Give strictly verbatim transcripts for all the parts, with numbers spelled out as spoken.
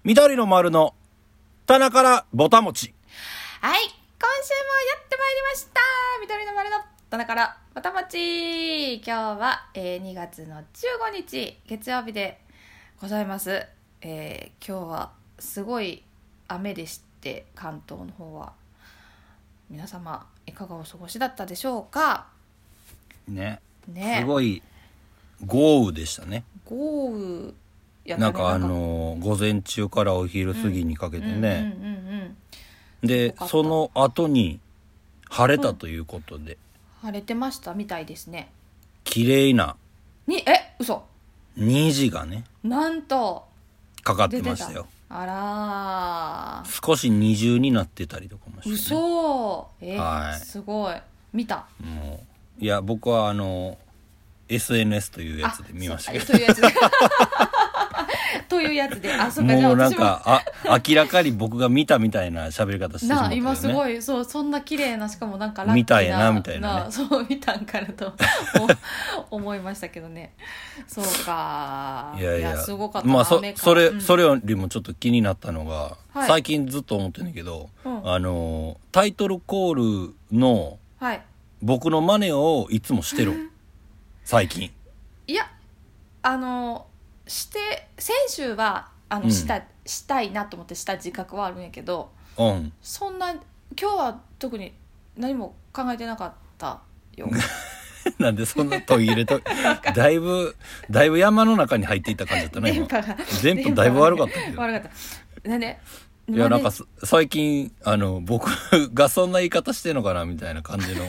緑の丸の棚からぼたもち。 はい、今週もやってまいりました。緑の丸の棚からぼたもち。今日は、えー、にがつのじゅうごにち月曜日でございます。えー、今日はすごい雨でして、関東の方は皆様いかがお過ごしだったでしょうかね。 ね、 すごい豪雨でしたね。 豪雨やったね。 なんかあのー、午前中からお昼過ぎにかけてね、 うんうんうんうんうん、 でその後に晴れたということで、 うん、晴れてましたみたいですね。 綺麗なにえ嘘虹がねなんとかかってましたよ。 あらー、 少し二重になってたりとかもして、ね、 嘘え、 はい、 すごい見た。 もういや僕はあの エスエヌエス というやつで見ましたけど、 というやつでというやつであそうか、 もうなんかあ明らかに僕が見たみたいな喋り方してしまったよね。 な今すごいそうそんな綺麗な、しかもなんかラッキーな見たいなみたいなね、 そう見たんかなと思いましたけどね。そうか、 いやいや、 いやすごかったな。 まあそそれ、 うん、 それよりもちょっと気になったのが、 はい、 最近ずっと思ってんだけど、 うん、 あのタイトルコールの僕の真似をいつもしてる最近。 いやあのして先週はあの、うん、したしたいなと思ってした自覚はあるんやけど、 うん、 そんな今日は特に何も考えてなかったよ。 なんでそんな途切れとだいぶだいぶ山の中に入っていった感じだったね。 電波が電波だいぶ悪かったけど。 悪かったなんでいやなんか最近あの僕がそんな言い方してんのかなみたいな感じの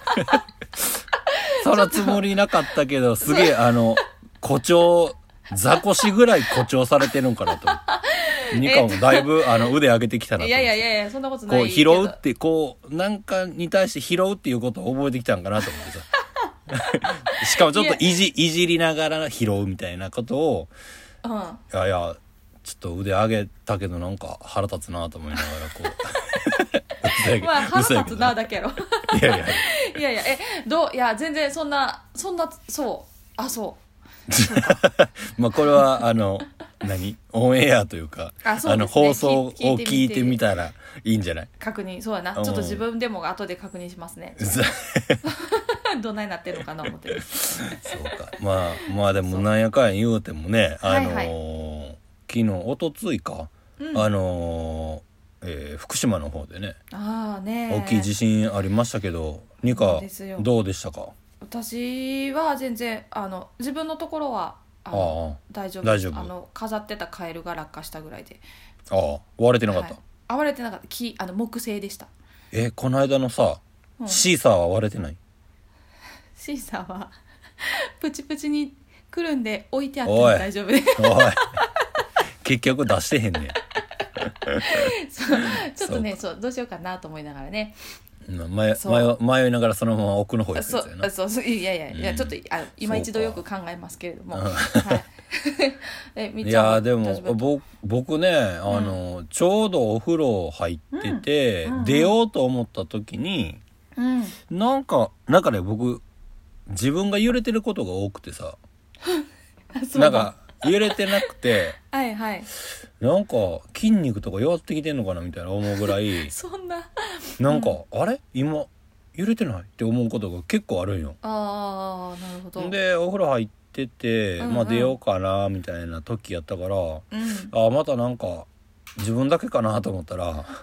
そのつもりなかったけど、すげえあの誇張ザコシぐらい誇張されてるんかなと。ニカもだいぶあの腕上げてきたなと。 いやいやいやいや、そんなことないこう拾うってこうなんかに対して拾うっていうことを覚えてきたんかなと思ってさしかもちょっといじいじりながら拾うみたいなことを、 うん、 いやいやちょっと腕上げたけどなんか腹立つなと思いながらこうまあ腹立つなだけやろいやいやいやいやえどういや全然そんなそんなそうあそうまあこれはあの何オンエアというか あ, う、ね、あの放送を聞いてみたらいいんじゃない？ 確認そうやな、ちょっと自分でも後で確認しますねどんなになってるのかな思ってるそうか、まあまあでもなんやかんや言うてもね、あのーはいはい、昨日おとついか、うん、あのーえー、福島の方でね、 あーね大きい地震ありましたけど、ニカどうでしたか？ 私は全然あの自分のところはあのあ大丈夫大丈夫。 あの飾ってたカエルが落下したぐらいで。 ああ割れてなかった、はい、 割れてなかった。木あの木製でした。 えこの間のさ、うん、シーサーは割れてない？ シーサーはプチプチにくるんで置いてあっても大丈夫でおい結局出してへんねんそうちょっとねそうどうしようかなと思いながらね迷, 迷, 迷いながらそのまま奥の方やったやつやな。 そうそういやいやいや、うん、ちょっとあ今一度よく考えますけれども、はい、 えみっちゃんいやでも僕, 僕ねあの、うん、ちょうどお風呂入ってて、うんうんうん、出ようと思った時に、うん、なんかなんかね僕自分が揺れてることが多くてさなんか揺れてなくてはいはいなんか筋肉とか弱ってきてんのかなみたいな思うぐらいそんななんか、うん、あれ今揺れてないって思うことが結構あるんよ。 あーなるほど。 でお風呂入ってて、うんうん、まあ出ようかなみたいな時やったから、うん、あまたなんか自分だけかなと思ったら、うん、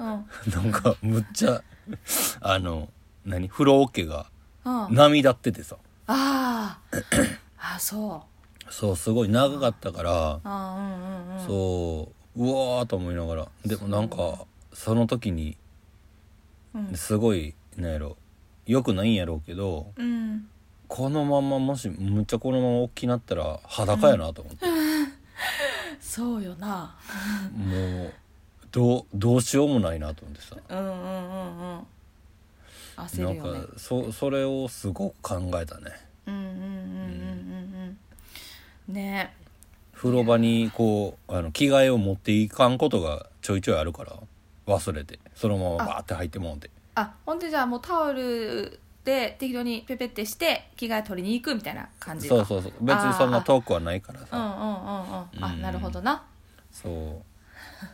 なんかむっちゃあの何風呂桶が波立っててさ、 うん、ああそうそうすごい長かったから、 あ、うんうんうん、 そううわーと思いながらでもなんかその時にすごいなんやろよくないんやろうけど、うん、このままもしむっちゃこのまま大きなったら裸やなと思って、うん、 そうよなもうどうどうしようもないなと思ってさ、 うんうんうんうん焦るよね。 なんか そ, それをすごく考えたね。 うんうんうんうんうんうんね。 風呂場にこうあの着替えを持っていかんことがちょいちょいあるから忘れてそのままバーって入ってもんで、 あほんでじゃあもうタオルで適当にペペってして着替え取りに行くみたいな感じか。 そうそうそう別にそんな遠くはないからさ。 うんうんうんうんあなるほどな。 そう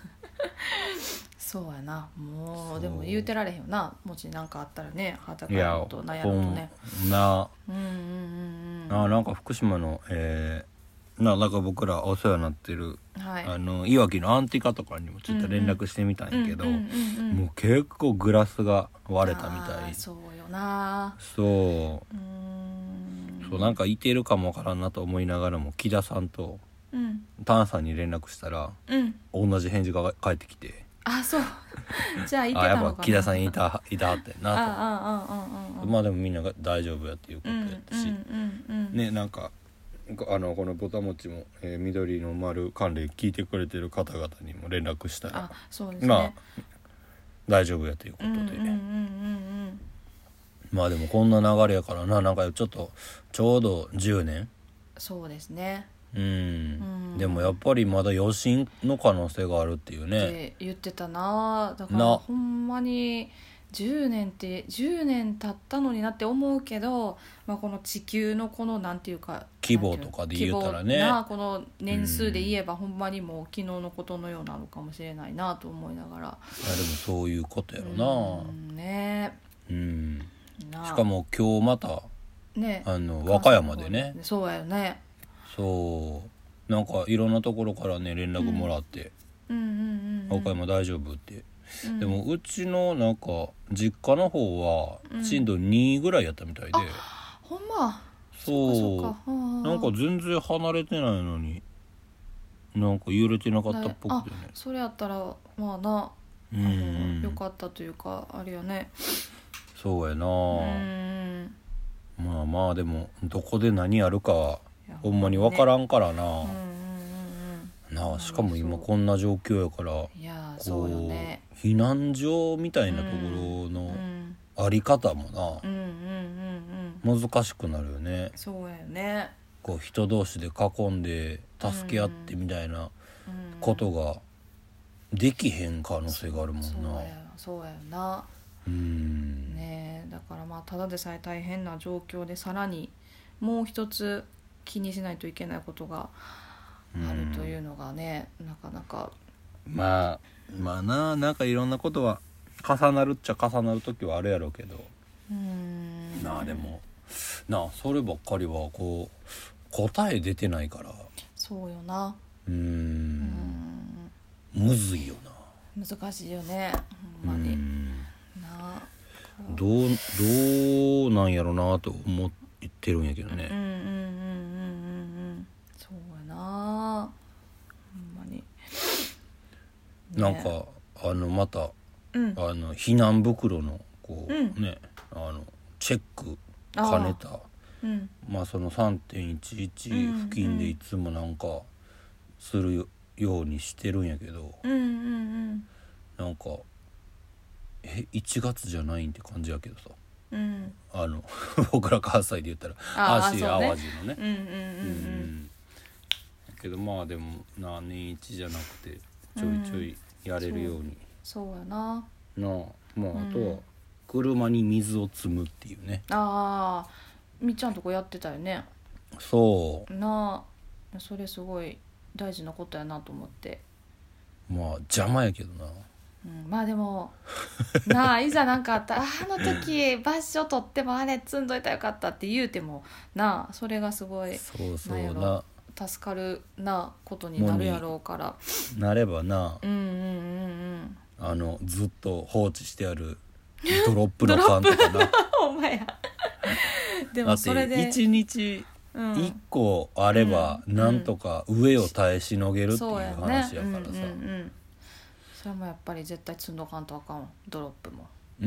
そうやな。もうでも言うてられへんよな。もし何かあったらね、裸やと悩むとね。 な、 うんうんうんうん、あなんか福島の、えー、ななんか僕らお世話になってる、 はい、 あのいわきのアンティカとかにもちょっと連絡してみたんやけど、もう結構グラスが割れたみたい。 そうよな。 そう、うーん、そうなんかいてるかもわからんなと思いながらも木田さんとタンさんに連絡したら、うん、同じ返事が返ってきて、 あそうじゃあいてたのかな。 あやっぱ木田さんいたいたはってんなと。ああまあでもみんなが大丈夫やっていうことやったし、ね、なんかあのこのぼたもちも、えー、緑の丸関連聞いてくれてる方々にも連絡したら、 あそうですね、 まあ大丈夫やということで、うんうんうんうん、まあでもこんな流れやからな、なんかちょっとちょうどじゅうねん。 そうですね、 うん、うん、でもやっぱりまだ余震の可能性があるっていうねって言ってたな。だからほんまにじゅうねんってじゅうねん経ったのになって思うけど、まあ、この地球のこのなんていうか規模とかで言うたらね、 なこの年数で言えばほんまにもう昨日のことのようなのかもしれないなと思いながら、いやでもそういうことやろな、 うんね、 うん、しかも今日また、 ね、 あの和歌山でね、 そうやよね、 そうなんかいろんなところからね連絡もらって、うんうんうんうん、和歌山大丈夫って、うん、でもうちのなんか実家の方は震度にぐらいやったみたいで、うん、 ほんまそうそうかなんか全然離れてないのになんか揺れてなかったっぽくてね。 あそれやったらまあな、うん、よかったというかあれよね。 そうやな、うんまあまあでもどこで何やるかはほんまに分からんからな、ね、うんなあしかも今こんな状況やから、 いやそうよね、 避難所みたいなところのあり方もな、うんうんうん、難しくなるよね。 そうやよね。 こう人同士で囲んで助け合ってみたいなことができへん可能性があるもんな。そうやそうやよな、うんね、だからまあただでさえ大変な状況でさらにもう一つ気にしないといけないことがあるというのがね、なかなかまあまあななんかいろんなことは重なるっちゃ重なる時はあるやろうけど、うんなあでもなあそればっかりはこう答え出てないから。 そうよな、 うーんむずいよな。 難しいよねほんまにな。 どうどうなんやろなと思ってるんやけどね。うんうんうんうんうんそうやなほんまに、ね、 なんかあのまた、うん、あの避難袋のこう、うん、ねあのチェック兼ねたうん、まあその さんてんいちいち 付近でいつもなんかするようにしてるんやけど、うんうんうん、なんかえいちがつじゃないんって感じやけどさ、うん、あの僕ら関西で言ったら阪神淡路のね、うんうんうんうん、けどまあでもな年一じゃなくてちょいちょいやれるように、うん、 そう、そうやななあまああとは車に水を積むっていうね、 ああみっちゃんとこやってたよね。 そうなあそれすごい大事なことやなと思って。 まあ邪魔やけどな、 うん、まあでもなあいざなんかあったらあの時場所取ってもあれ積んどいたらよかったって言うてもなあそれがすごいそうそうな助かるなことになるやろうからなればな、うんうんうんうんあのずっと放置してあるドロップの缶とかなお前やでもそれでだっていちにちいっこあればなんとか上を耐えしのげるっていう話やからさ、 それもやっぱり絶対積んどかんとあかんドロップも、うん、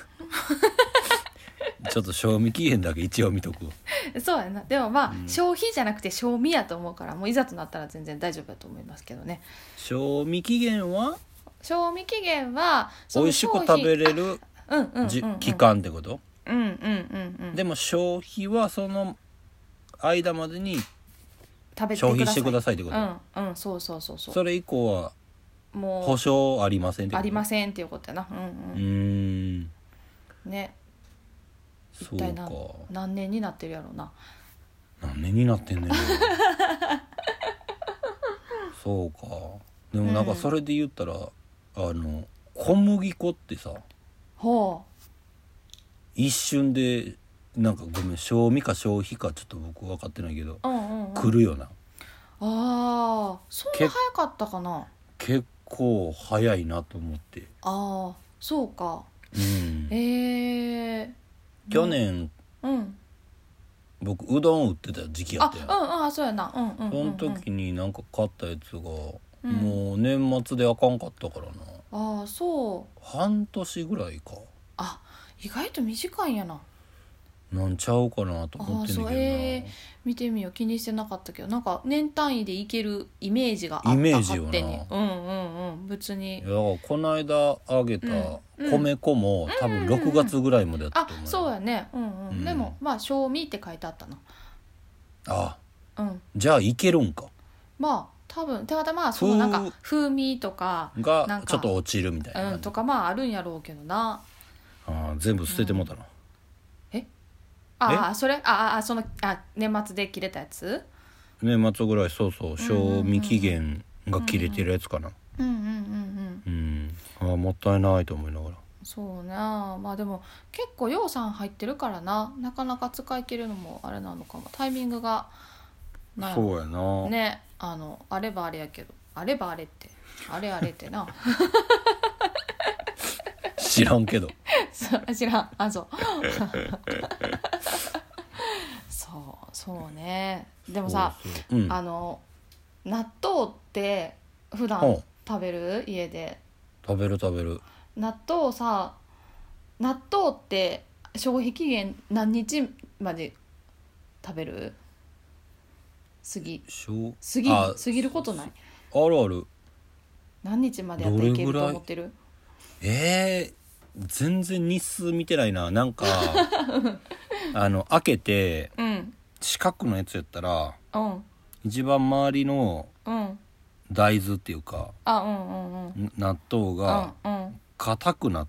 ちょっと賞味期限だけ一応見とくそうやな。でもまあ、うん、消費じゃなくて賞味やと思うからもういざとなったら全然大丈夫だと思いますけどね。 賞味期限は賞味期限は美味しく食べれる期間ってこと？うんうんうんうん、でも消費はその間までに消費してくださいってこと？ うんうんそうそうそうそう。 それ以降はもう保証ありませんってこと？ ありませんっていうことやな。うんうん。うーんね。一体何何年になってるやろうな。 何年になってんねん。そうか。でもなんかそれで言ったら、うん、あの小麦粉ってさほう一瞬でなんかごめん賞味か消費かちょっと僕分かってないけど、 うんうんうん、 来るよな。 あーそんな早かったかな。 結構早いなと思って。 ああそうか、 うん、 えー、 去年、 うん、 僕うどん売ってた時期あったよ。 あうんうんそうやな、うんうんうんうん、 その時になんか買ったやつが、うん、もう年末であかんかったからな。 ああそう半年ぐらいか。 あ意外と短いんやな。 なんちゃうかなと思ってんだけどな。 あそう、えー、見てみよう。気にしてなかったけどなんか年単位でいけるイメージがあった。 イメージよな。 勝手にうんうんうん別に。 いやこの間あげた米粉も、うん、多分ろくがつぐらいまでやったと思う、 あそうやね、うんうん、うん、でもまあ賞味って書いてあったな。 あ、 うん、 じゃあいけるんか。 まあ多分ただまあそのなんか風味とかがちょっと落ちるみたいな、 うん、とかまああるんやろうけどな。 あ全部捨ててもうたな、 うん、えああそれああそのあ年末で切れたやつ。 年末ぐらいそうそう賞味期限が切れてるやつかな。 うんうんうんうんうん、 うん、あもったいないと思いながら。 そうね。まあでも結構予算入ってるからななかなか使い切るのもあれなのかも。タイミングがなそうやなね。あのあればあれやけどあればあれってあれあれってな知らんけどそう知らんあそうそうそうね。でもさそうそう、うん、あの納豆って普段食べる家で。 食べる食べる。 納豆さ納豆って消費期限何日まで食べる？過ぎ過ぎ過ぎることない？ あるある。 何日までやったらいけると思ってる？ えー、全然日数見てないな。なんかあの開けて、うん、四角のやつやったら、うん、一番周りの大豆っていうか、うんうんうん、納豆が硬くなって、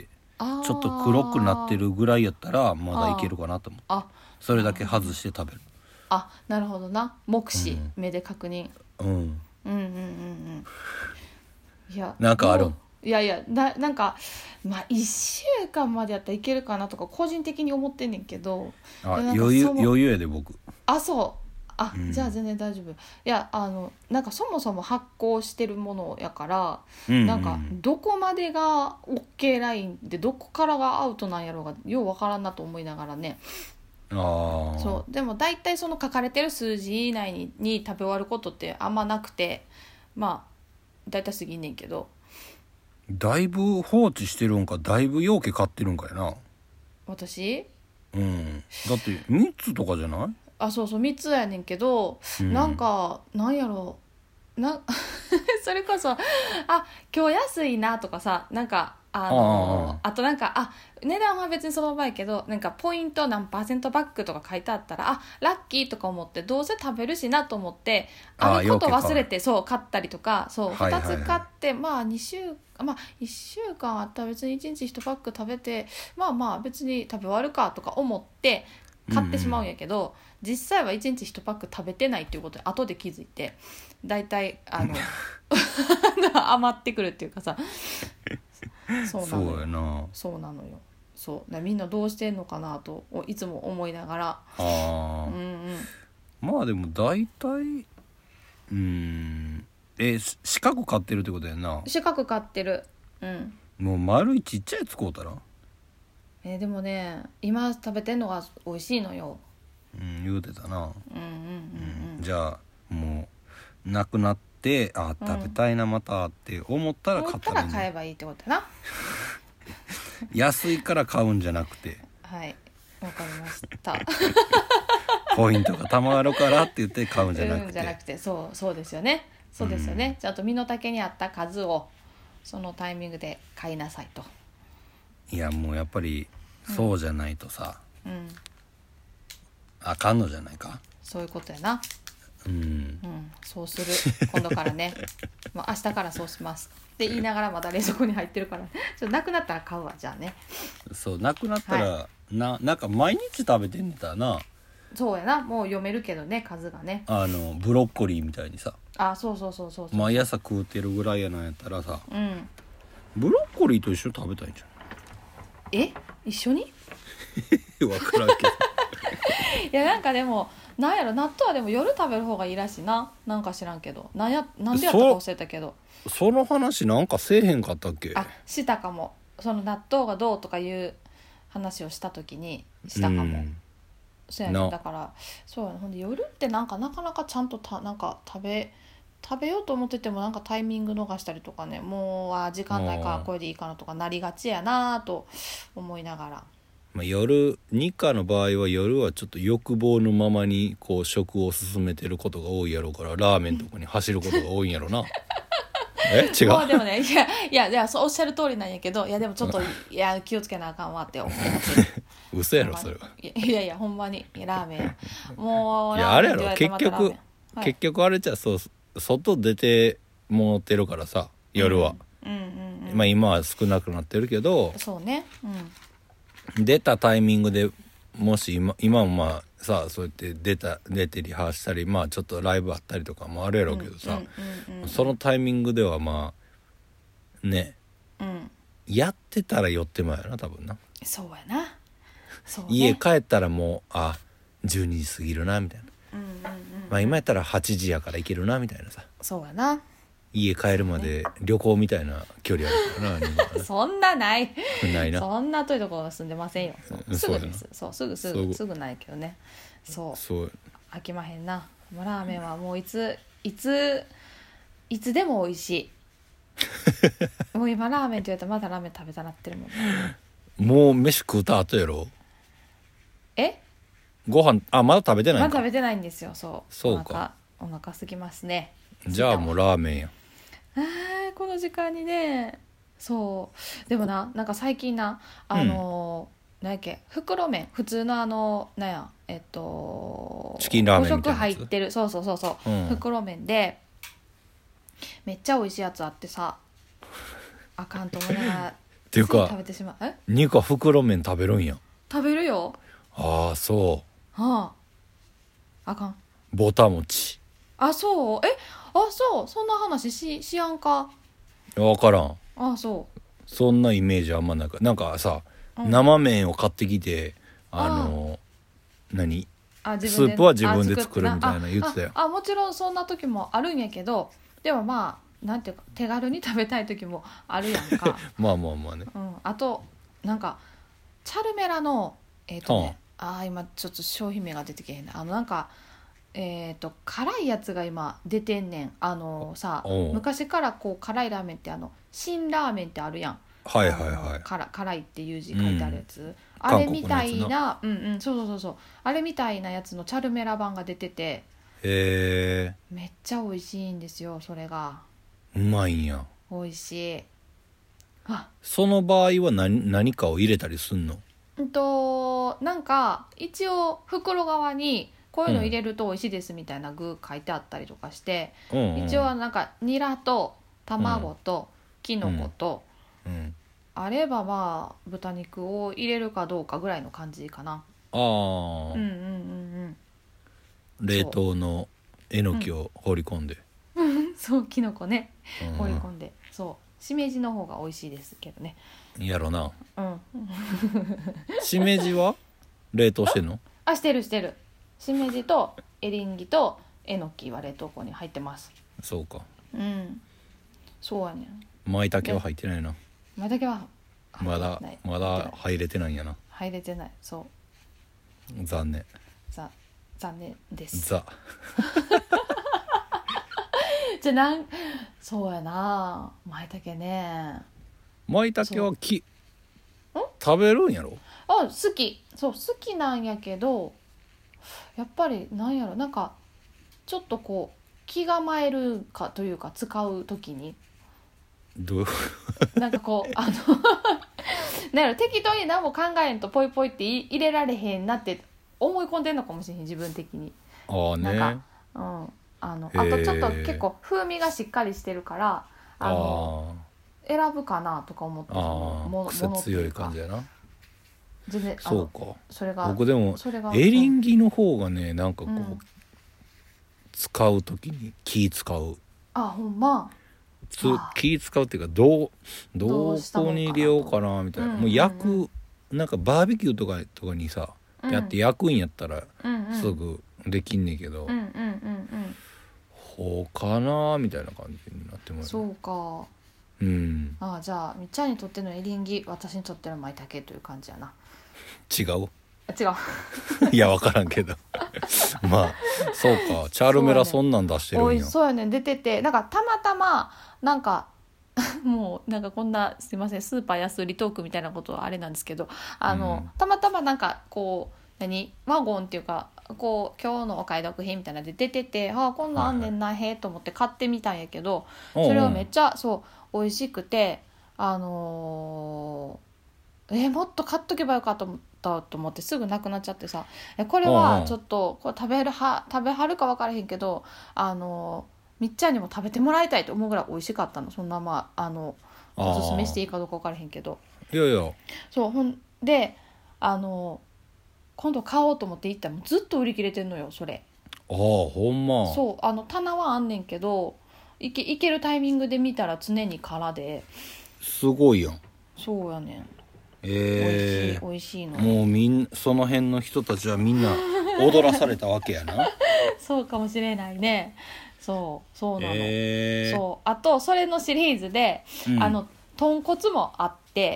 うんうん、ちょっと黒くなってるぐらいやったらまだいけるかなと思って、あそれだけ外して食べる。 あなるほどな。目視、うん、目で確認、うん、うんうんうんうんいやなんかあるん？ いやいや な, なんかまあいっしゅうかんまでやったらいけるかなとか個人的に思ってんねんけど。 あ余裕余裕やで僕。 あそうあ、うん、じゃあ全然大丈夫。いやあのなんかそもそも発酵してるものやから、うんうん、なんかどこまでが OK ラインでどこからがアウトなんやろうがようわからんなと思いながらね。あそうでも大体その書かれてる数字以内 に, に食べ終わることってあんまなくてまあ大体過ぎんねんけど。 だいぶ放置してるんかだいぶ容器買ってるんかやな私。 うんだってみっつとかじゃない？ あそうそうみっつやねんけど、うん、なんかなんやろなそれこそあ今日安いなとかさなんかあの あ, あとなんかあ値段は別にそのままやけどなんかポイント何パーセントバックとか書いてあったらあラッキーとか思ってどうせ食べるしなと思ってあること忘れてそう買ったりとかそうふたつ買って、はいはいはい、まあに週まあいっしゅうかんあったら別にいちにちいちパック食べてまあまあ別に食べ終わるかとか思って買ってしまうんやけど、うんうん、実際はいちにちいちパック食べてないっていうことに後で気づいてだいたいあの余ってくるっていうかさそうなのよ。そうやな。そうなのよ。そうだみんなどうしてんのかなといつも思いながら。あ、うんうん、 まあでもだいたいうんえ四角買ってるってことやな。 四角買ってる。うん。 もう丸いちっちゃいやつ買うたら。 えー、でもね今食べてんのが美味しいのよ。 うん言うてたな。うんうんうんうん。じゃあもうなくなってあ食べたいなまたって思ったら買ったらいい、 思ったら買えばいいってことやな。 安いから買うんじゃなくて。 はいわかりました。 ポイントがたまるからって言って買うんじゃなくて。うんじゃなくてそうそうですよね。そうですよね。うん、ちゃんと身の丈に合った数をそのタイミングで買いなさいと。 いやもうやっぱりそうじゃないとさ、うんうん、あかんのじゃないか。 そういうことやな。うん、うん、そうする今度からねもう明日からそうしますって言いながらまだ冷蔵庫に入ってるからちょっとなくなったら買うわじゃあね。 そうなくなったら、はい、な, なんか毎日食べてんねたらな。 そうやなもう読めるけどね数がね。 あのブロッコリーみたいにさあそうそうそうそうそう毎朝食うてるぐらいやなんやったらさ、うん、 ブロッコリーと一緒に食べたいんじゃないえ一緒に分からんけどいやなんかでもなんやろ納豆はでも夜食べる方がいいらしいな。なんか知らんけどなんやなんでやったか忘れたけどそ, その話なんかせえへんかったっけ。 あしたかも。その納豆がどうとかいう話をした時にしたかも、うん、そうやね。だからそうやね。ほんで夜ってなんかなかなかちゃんとたなんか食べ食べようと思っててもなんかタイミング逃したりとかね、もうあ時間ないからこれでいいかなとかなりがちやなと思いながら、 まあ、夜日課の場合は夜はちょっと欲望のままにこう食を進めてることが多いやろうからラーメンとかに走ることが多いんやろなえ違う。 もうでもねいやいやいやそうおっしゃる通りなんやけど、いやでもちょっといや気をつけなあかんわって思って嘘やろそれは。 いやいやほんまにラーメンもういやあれやろ結局、はい、結局あれじゃそう外出てもってるからさ夜は、うんうんうんうん、まあ今は少なくなってるけどそうね、 うん、出たタイミングでもし 今, 今もまあさそうやって出た出てリハしたりまあちょっとライブあったりとかもあるやろうけどさ、うんうんうんうん、そのタイミングではまあね、うん、やってたら寄ってまうよな多分な。 そうやなそう、ね、 家帰ったらもうあじゅうにじ過ぎるなみたいな、うんうんうん、まあ今やったらはちじやから行けるなみたいなさ。 そうやな。 家帰るまで旅行みたいな距離あるからなそんなないないな。 そんな遠いところ住んでませんよ。すぐですそうすぐすぐすぐないけどね。そうそう飽きまへんな。ラーメンはもういついついつでも美味しいもう今ラーメンって言われたらまだラーメン食べたなってるもん、ね、 もう飯食うた後やろ。 えご飯あまだ食べてないんか。 まだ食べてないんですよ。そうそうかお腹お腹空きますね。 じゃあもうラーメンや。 あこの時間にね。そうでもななんか最近なあの、うん、何やっけ袋麺普通のあのなんやえっとチキンラーメンみたいなご食入ってるそうそうそうそう、うん、袋麺でめっちゃ美味しいやつあってさあかんと思いながらっていうか食べてしまう。えニカ袋麺食べるんや。 食べるよ。 ああそうはああかんぼたもち。 あそうえあそうそんな話 し, しやんか。 分からん。 あそうそんなイメージあんまなんかなんかさ、うん、生麺を買ってきてあのあ何あ自分でスープは自分で作るみたいな言ってたよ。 あ あ, あもちろんそんな時もあるんやけどでもまあなんていうか手軽に食べたい時もあるやんかまあまあまあね、 うん、あとなんかチャルメラのえっ、ー、とね、はあ、あ今ちょっと商品名が出てけへんなあのなんかえー、と辛いやつが今出てんねん。あのさ昔からこう辛いラーメンってあの辛ラーメンってあるやん。 はいはいはい。 辛, 辛いっていう字書いてあるやつ、うん、あれみたいなうんうんそうそうそうそうあれみたいなやつのチャルメラ版が出ててへえめっちゃ美味しいんですよ。それがうまいんや。 美味しい。あその場合は 何, 何かを入れたりすんの？ うんとなんか一応袋側にこういうの入れると美味しいですみたいな具書いてあったりとかして、うん、一応はなんかニラと卵とキノコと、うんうん、あればまあ豚肉を入れるかどうかぐらいの感じかな。 ああ、うんうんうんうん。冷凍のえのきを放り込んで、 うん、そうキノコね、うん、放り込んでそうしめじの方が美味しいですけどね。 やろな。 うん。 しめじは冷凍してんの？ あしてるしてる。しめじとエリンギとえのきは冷凍庫に入ってます。 そうか。 うんそうやねん。 舞茸は入ってないな。 舞茸はまだまだ入れてないんやな。 入れてないそう。 残念。 ざ残念です。 ざ。 じゃなんそうやな舞茸ね。 舞茸はき食べるんやろ？ あ好きそう好きなんやけどやっぱりなんやろなんかちょっとこう気構えるかというか使う時にどうなんかこうあのなんやろ適当に何も考えんとポイポイって入れられへんなって思い込んでんのかもしれへん自分的に。 ああね。 なんか、うん、あのあとちょっと結構風味がしっかりしてるからあの選ぶかなとか思ってそのもの癖強い感じやな。 全然そうか。 それが僕でもエリンギの方がねなんかこう、うん、使う時に気使う。 あほんまつ気使うっていうかどうどこに入れようかなみたいな、もう焼くなんかバーベキューとかとかにさ、うん、やって焼くんやったらすぐできんねんけど、うんうんうんうん、ほうかなみたいな感じになってます、 ね、そうか、 うん、 ああじゃあみっちゃんにとってのエリンギ、私にとっての舞茸という感じやな。 違う違ういや分からんけどまあそうか、チャルメラそんなん出してるんや。 そうやね、出てて、なんかたまたまなんかもうなんかこんなすいませんスーパー安売りトークみたいなことはあれなんですけど、あの、うん、たまたまなんかこう何ワゴンっていうかこう今日のお買い得品みたいなので出てて、ああこんなんあんねんな、はいはい、へえと思って買ってみたんやけど、それはめっちゃそう美味しくて、あのー、えもっと買っとけばよかったと思ったと思ってすぐなくなっちゃってさ、えこれはちょっとこれ食べるは食べはるか分からへんけど、あのーみっちゃんにも食べてもらいたいと思うぐらい美味しかったの。そんなまああのおすすめしていいかどうか分からへんけど、 いやいやそうほんであの今度買おうと思って行ったらもうずっと売り切れてんのよそれ。 ああほんま。 そうあの棚はあんねんけどいけ、いけるタイミングで見たら常に空で。 すごいやん。 そうやねん。 えー、 おいしい、おいしいの。 もうみんその辺の人たちはみんな踊らされたわけやなそうかもしれないね。そうそうなの、えー、そうあとそれのシリーズで、うん、あの豚骨もあって、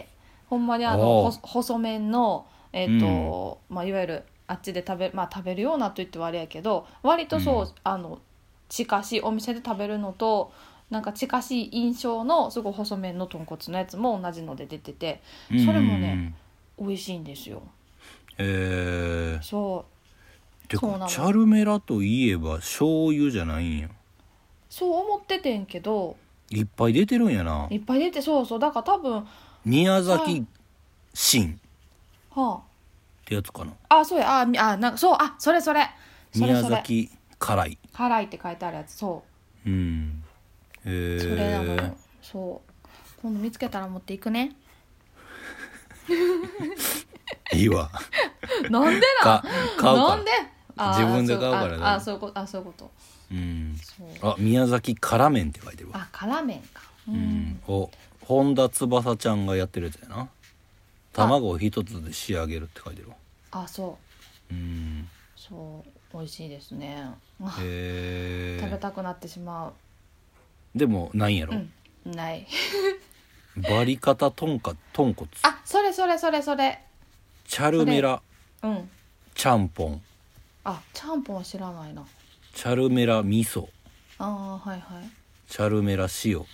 ほんまにあの細麺のえっ、ー、と、うん、まあいわゆるあっちで食べまあ食べるようなと言ってはあれやけど、割とそう、うん、あの近しいお店で食べるのとなんか近しい印象のすごい細麺の豚骨のやつも同じので出てて、それもね、うん、美味しいんですよ。 へえー、 そうてかチャルメラといえば醤油じゃないんや。 そう思っててんけどいっぱい出てるんやな。 いっぱい出て、そうそうだから多分宮崎新はあってやつかな。 あそうやああなんかそうあそれそれそれ宮崎辛い辛いって書いてあるやつ。そううんへえそれなのよ。そう今度見つけたら持っていくねいいわなんでな買うからなんで自分で買うからね。 ああそういうことあそういうことうんあ宮崎辛麺って書いてるわ。 あ辛麺かうん、うん、お本田翼ちゃんがやってるやつやな。卵を一つで仕上げるって書いてるわ。 あそううんそう美味しいですね。へ食べたくなってしまう。 でもないんやろ、 うん、ないバリカタトンカ豚骨あそれそれそれそれチャルメラうんちゃんぽんあちゃんぽんは知らないな。 チャルメラ味噌ああはいはいチャルメラ塩うん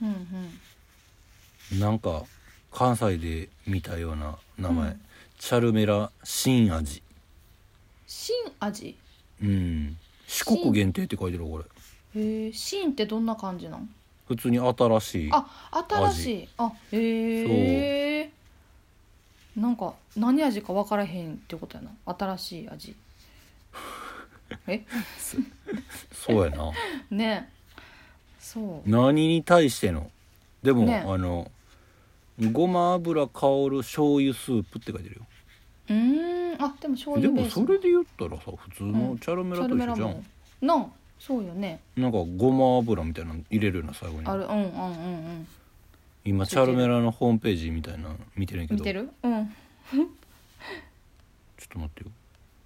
うんなんか関西で見たような名前、うん、チャルメラ新味新味うん四国限定って書いてるこれ。 へえ新ってどんな感じなん？ 普通に新しいあ新しいあへえなんか何味か分からへんってことやな新しい味えそうやなねそう何に対してのでも、ね、あのごま油香る醤油スープって書いてるよ。 うーんあでも醤油ベースでもそれで言ったらさ普通のチャルメラと一緒じゃん、うん、 なそうよね。 なんかごま油みたいなの入れるよな最後にあるうんうんうんうん今チャルメラのホームページみたいなの見てるんやけど見てるうんちょっと待ってよ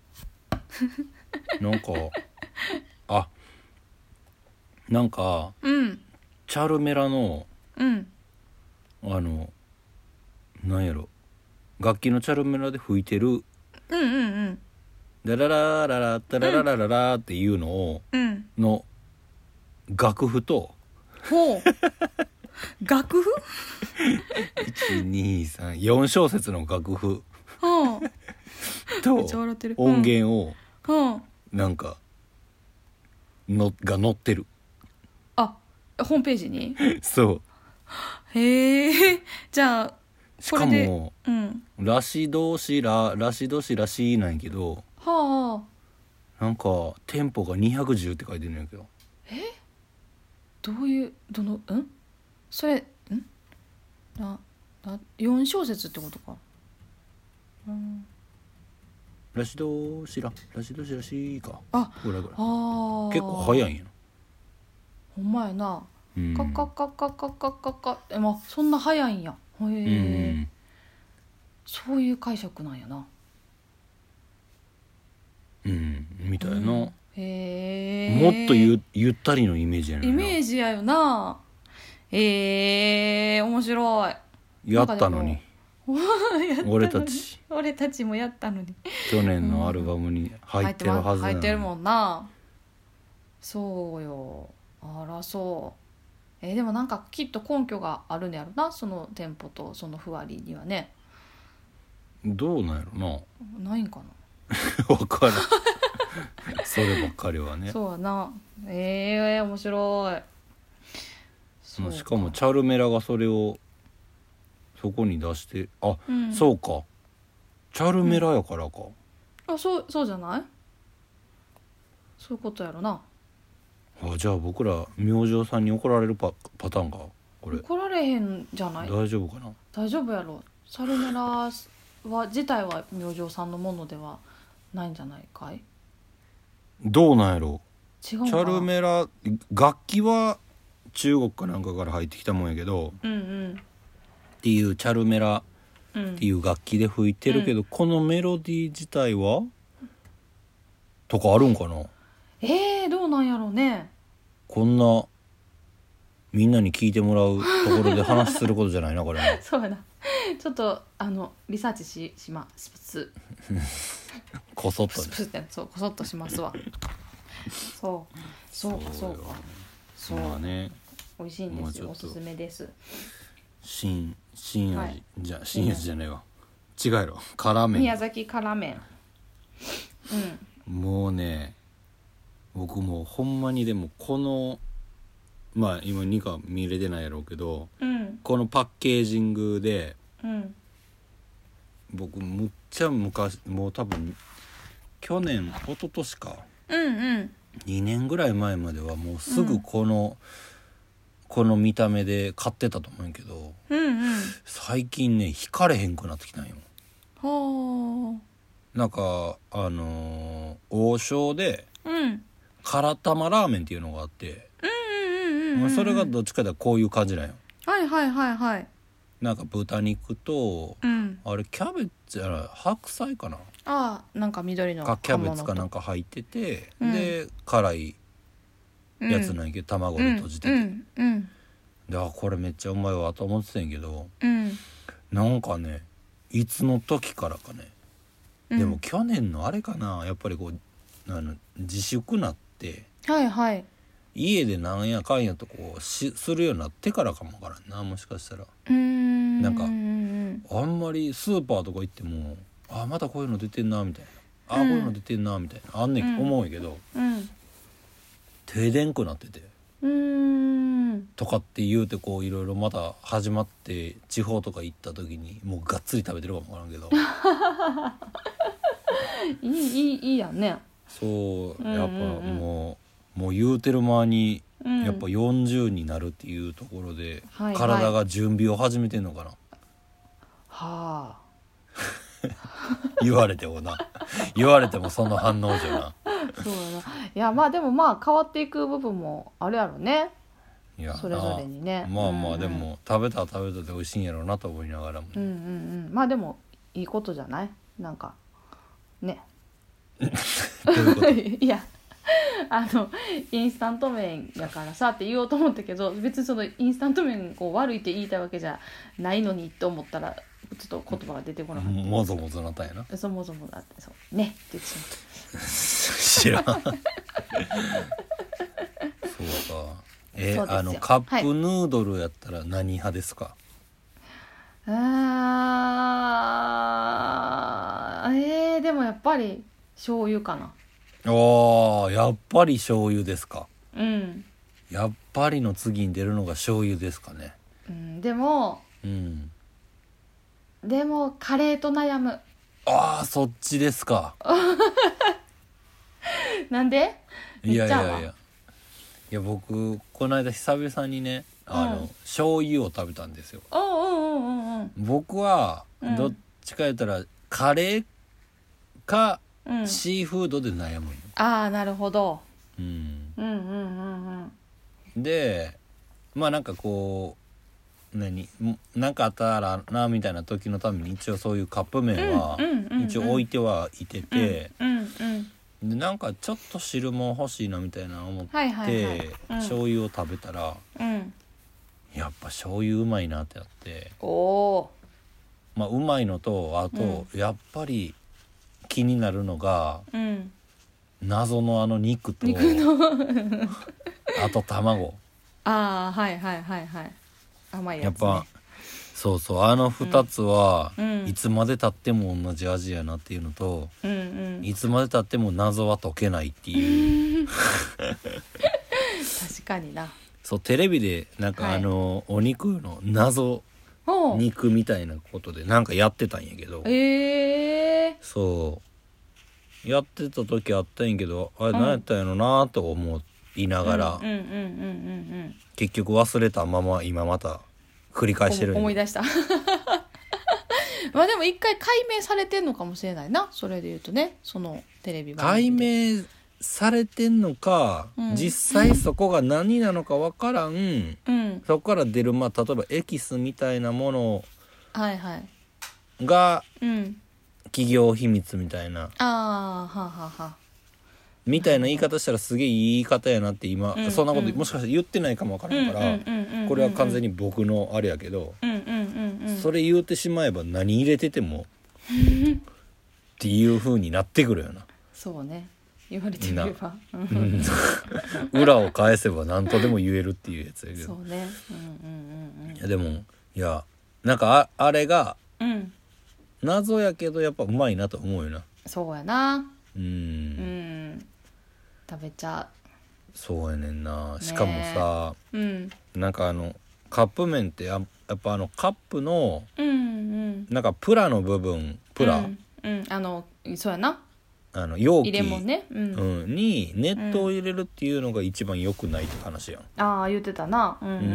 なんかあなんか、 うん、 チャルメラの、 うん、 あのなんやろ楽器のチャルメラで吹いてるうんうんうんラララララタラララララっていうのを、うん、の楽譜とほう楽譜いちにさんよん小節の楽譜と音源をなんかのが載ってる。 あホームページにそうへえじゃあしかも、うん、ラシドシララシドシラシなんやけどはあなんかテンポがにひゃくじゅうって書いてるんやけどえどういうどのんそれんななよん小節ってことか。うんラシドシララシドシラシかあぐらいぐらいあ結構早いんやほんまやな。 カッカッカッカッカッカッカッカッえ、まあ、そんな早いんや。へえ、うん、そういう解釈なんやな。 うんみたいな、うん、 へえ、 もっと ゆ, ゆったりのイメージやねんな。 イメージやよな。へえ、面白い。 やったのに俺たち俺たちもやったのに去年のアルバムに入ってるはずなのに、 入ってるもんな。そうよ。あらそう。えー、でもなんかきっと根拠があるんやろな、そのテンポとそのふわりにはね。 どうなんやろな。ないんかな分からんそればっかりはね。 そうやな。ええー、面白い。 そうか。しかもチャルメラがそれをそこに出してあ、うん、そうかチャルメラやからか、 うん、あ、そうそうじゃない。そういうことやろな。 あ、じゃあ僕ら明星さんに怒られる パ, パターンかこれ。 怒られへんじゃない。 大丈夫かな。 大丈夫やろ。チャルメラは自体は明星さんのものではないんじゃないかい。 どうなんやろ。 違うかな。 チャルメラ楽器は中国かなんかから入ってきたもんやけど、 うんうん、 っていうチャルメラっていう楽器で吹いてるけど、うん、このメロディー自体はとかあるんかな。 えー、どうなんやろうね。 こんなみんなに聞いてもらうところで話することじゃないなこれねそうやな。ちょっとあのリサーチ し, しますこそっとね。そうこそっとしますわそうそうかそうかそう、まあね、美味しいんですよ。おすすめです。 新新味、はい、じゃ新味じゃないわ、違うやろ。辛麺、 宮崎辛麺、 うん、もうね僕もうほんまにでもこのまあ今にか見れてないやろうけど、 うん、 このパッケージングで、 うん、 僕むっちゃ昔もう多分去年一昨年か、 うんうん、 にねんぐらい前まではもうすぐこの、うん、この見た目で買ってたと思うんやけど、 うんうん、 最近ね惹かれへんくなってきたんよ。 はあ。なんかあのー、王将で、 うん、 辛玉ラーメンっていうのがあって、うんうん、それがどっちかでこういう感じなんよ。 はいはいはいはい。 なんか豚肉と、うん、あれキャベツじゃない白菜かな。 ああ、なんか緑のかキャベツかなんか入ってて、うん、で辛いやつなんやけど、うん、卵で閉じてて、うんうん、であこれめっちゃうまいわと思ってたんやけど、 うん、 なんかねいつの時からかね、うん、でも去年のあれかな、やっぱりこうあの自粛なって、 はいはい、 家でなんやかんやとこうしするようになってからかもわからんな、もしかしたら。 うーん、 なんかあんまりスーパーとか行ってもあまたこういうの出てんなみたいな、あ、うん、こういうの出てんなみたいなあんねん、うん、思うんやけど、 うん、 停電くなってて、 うーんとかって言うてこういろいろまた始まって地方とか行った時にもうがっつり食べてるかもわからんけどいいいいいいやんね。 そうやっぱもう、もう言うてる間にやっぱよんじゅうになるっていうところで、うん、体が準備を始めてんのかな、 はあ言われてもな言われてもその反応じゃなそうやな。いやまあでもまあ変わっていく部分もあるやろね、いやそれぞれにね。 まあまあでも、うんうん、食べたら食べたで美味しいんやろうなと思いながらも、 うんうんうん、まあでもいいことじゃない、なんかねどういうこといやあのインスタント麺やからさって言おうと思ったけど、別にそのインスタント麺を悪いって言いたいわけじゃないのにって思ったらちょっと言葉が出てこなかった。 もぞもぞなったんやな。 そうもぞもぞだってそうねって言ってしまった知らんそうか。えー、あのカップヌードルやったら何派ですか？ はい、あーえー、でもやっぱり醤油かな。 ああ、やっぱり醤油ですか。 うん。 やっぱりの次に出るのが醤油ですかね。 うん、でも、 うん、 でもカレーと悩む。 ああ、そっちですか。 なんで？ いやいやいや。いや僕この間久々にね、あの、うん、醤油を食べたんですよ。 うんうんうんうん。 僕はどっちか言ったら、うん、カレーか。うん、シーフードで悩むよ。 ああ、なるほど、 うん、 うんうんうんうん。 でまあなんかこう何なんかあったらなみたいな時のために一応そういうカップ麺は一応置いてはいてて、 うんうんうんでなんかちょっと汁も欲しいなみたいな思って、 はいはいはいうん、 醤油を食べたら、 うん、 やっぱ醤油うまいなってなって、 おお、 まあうまいのとあと、うん、やっぱり気になるのが、 うん、 謎のあの肉と肉のあと卵。 ああはいはいはいはい甘いやつ、ね、 やっぱそうそうあのふたつは、 うん、 いつまでたっても同じ味やなっていうのと、 うんうん、 いつまでたっても謎は解けないっていう確かにな。 そうテレビでなんか、はい、あのお肉の謎肉みたいなことでなんかやってたんやけど、 えー、 そうやってた時あったんやけどあれ何やったんやろなと思いながら結局忘れたまま今また繰り返してる。 思い出したまあでも一回解明されてんのかもしれないな、それで言うとね、そのテレビ番組解明されてんのか、うん、実際そこが何なのか分からん、うん、そこから出る、まあ、例えばエキスみたいなものが、はいはいうん、企業秘密みたいな、 あはははみたいな言い方したらすげえいい言い方やなって今、うん、そんなこともしかしたら言ってないかも分からんからこれは完全に僕のあれやけど、うんうんうんうん、それ言うてしまえば何入れててもっていう風になってくるよな。 そうね、言われてみれば、うん、 裏を返せば何とでも言えるっていうやつやけど。 そうね、うんうんうんうん、 いやでもいやなんか あ, あれが謎やけどやっぱうまいなと思うよな。 そうやな、 うん、うん、 食べちゃう。 そうやねんな。しかもさ、うん、なんかあのカップ麺ってやっぱあのカップの、うんうん、なんかプラの部分プラ、うんうん、あのそうやな、 あの容器入れ物ね、うんうん、に熱湯を入れるっていうのが一番良くないって話やん、 うん、ああ言ってたな、うんうんうん、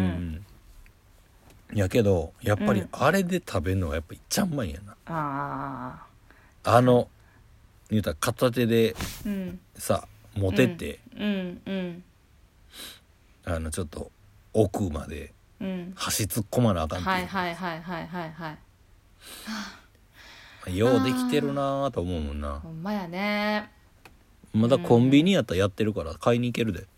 やけどやっぱりあれで食べるのがやっぱいっちゃうまいんやな、うん、 ああの言うたら片手でさ、うん、持てて、 うんうん、 あのちょっと奥まで箸突っ込まなあかんっていう、 はいはいはいはいはいはいようできてるなと思うもんな。 ほんまやね。 まだコンビニやったらやってるから買いに行けるで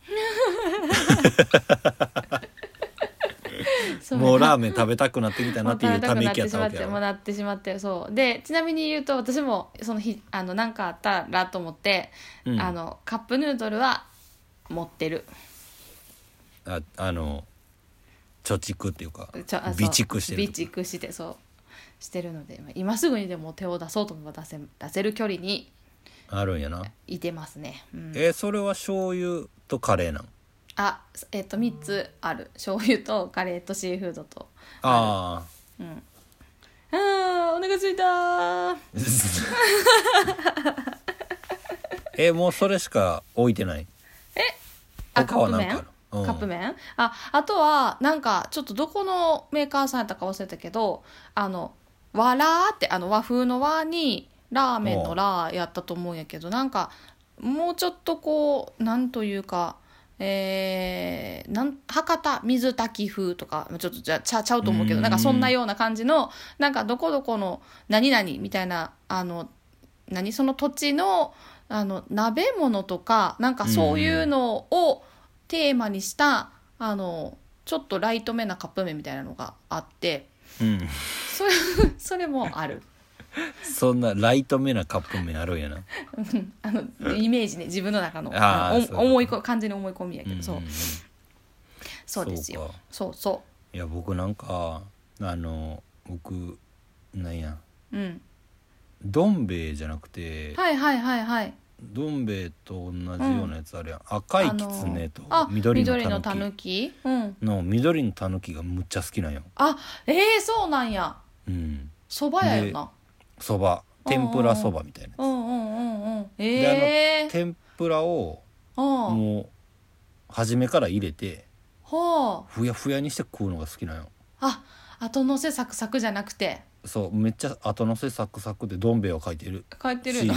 もうラーメン食べたくなってきたなっていうため息やったわけやろ。 もうなってしまってる。そうで、ちなみに言うと私もその日あのなんかあったらと思って、うん、あのカップヌードルは持ってる。 ああの貯蓄っていうか備蓄してる。 備蓄してそうしてるので、今すぐにでも手を出そうと思えば出せ出せる距離にあるんやな。 いてますね。うん、 えー、それは醤油とカレーなん？ あ、えっとみっつある。醤油とカレーとシーフードとある。あ、うん、あーお腹すいたえー、もうそれしか置いてない？ えあカップ麺？カップ麺？あ、あとはなんかちょっとどこのメーカーさんやったか忘れたけど、あの和ラーってあの和風の和にラーメンのラーやったと思うんやけど、なんかもうちょっとこうなんというか、えー、なん博多水炊き風とかちょっとじゃちゃちゃうと思うけど、なんかそんなような感じのなんかどこどこの何々みたいな、あの何その土地のあの鍋物とかなんかそういうのをテーマにしたあのちょっとライトめなカップ麺みたいなのがあって、うん、それそれもある。 そんなライトめなカップ麺あるんやなあのイメージね、自分の中のあの思い完全に思い込みやけど、うんうん、そうそうですよ。そうそういや僕なんかあの僕なんや、うん、どん兵衛じゃなくてはいはいはいはいどん兵衛と同じようなやつあるやん、うん、赤いきつねと緑のたぬきの緑のたぬきがむっちゃ好きなんよ。 あ、えー、そうなんや。うん、そばやよな。 そば天ぷらそばみたいなやつ、うんうんうんうん、えー、であの天ぷらをもう初めから入れてふやふやにして食うのが好きなんよ。 あ、後のせサクサクじゃなくて、 そうめっちゃ後のせサクサクでどん兵衛は書いてる書いてるの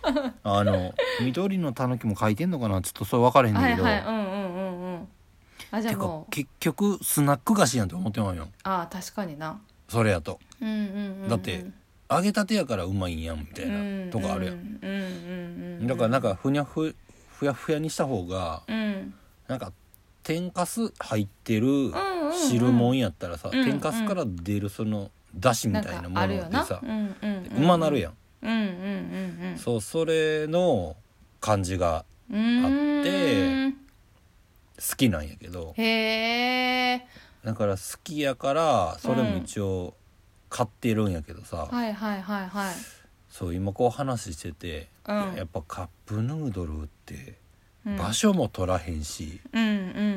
あの緑のたぬきも書いてんのかな、ちょっとそれ分からへんねんけど、 はいはい、うんうんうんうん、 あじゃあもう結局スナック菓子やんって思ってまうよ。 あ確かにな。 それやと、 うんうんうんうん、 だって揚げたてやからうまいんやんみたいなとこあるやん、うんうんうんうん、だからなんかふにゃふふやふやにした方が、うん、なんか天かす入ってる汁もんやったらさ、うんうんうん、天かすから出るそのだしみたいなものでさ、うんうんうん、うまなるやん、うんうんうんうん、そうそれの感じがあって好きなんやけど、へー、だから好きやからそれも一応買ってるんやけどさ、 うん、はいはいはいはい、 そう今こう話してて、うん、や, やっぱカップヌードルって場所も取らへんし、うん、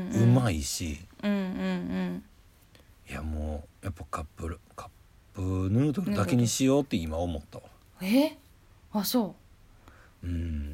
うまいし、うんうんうん、いやもうやっぱカップカップヌードルだけにしようって今思ったわ。 えあそう、 うん、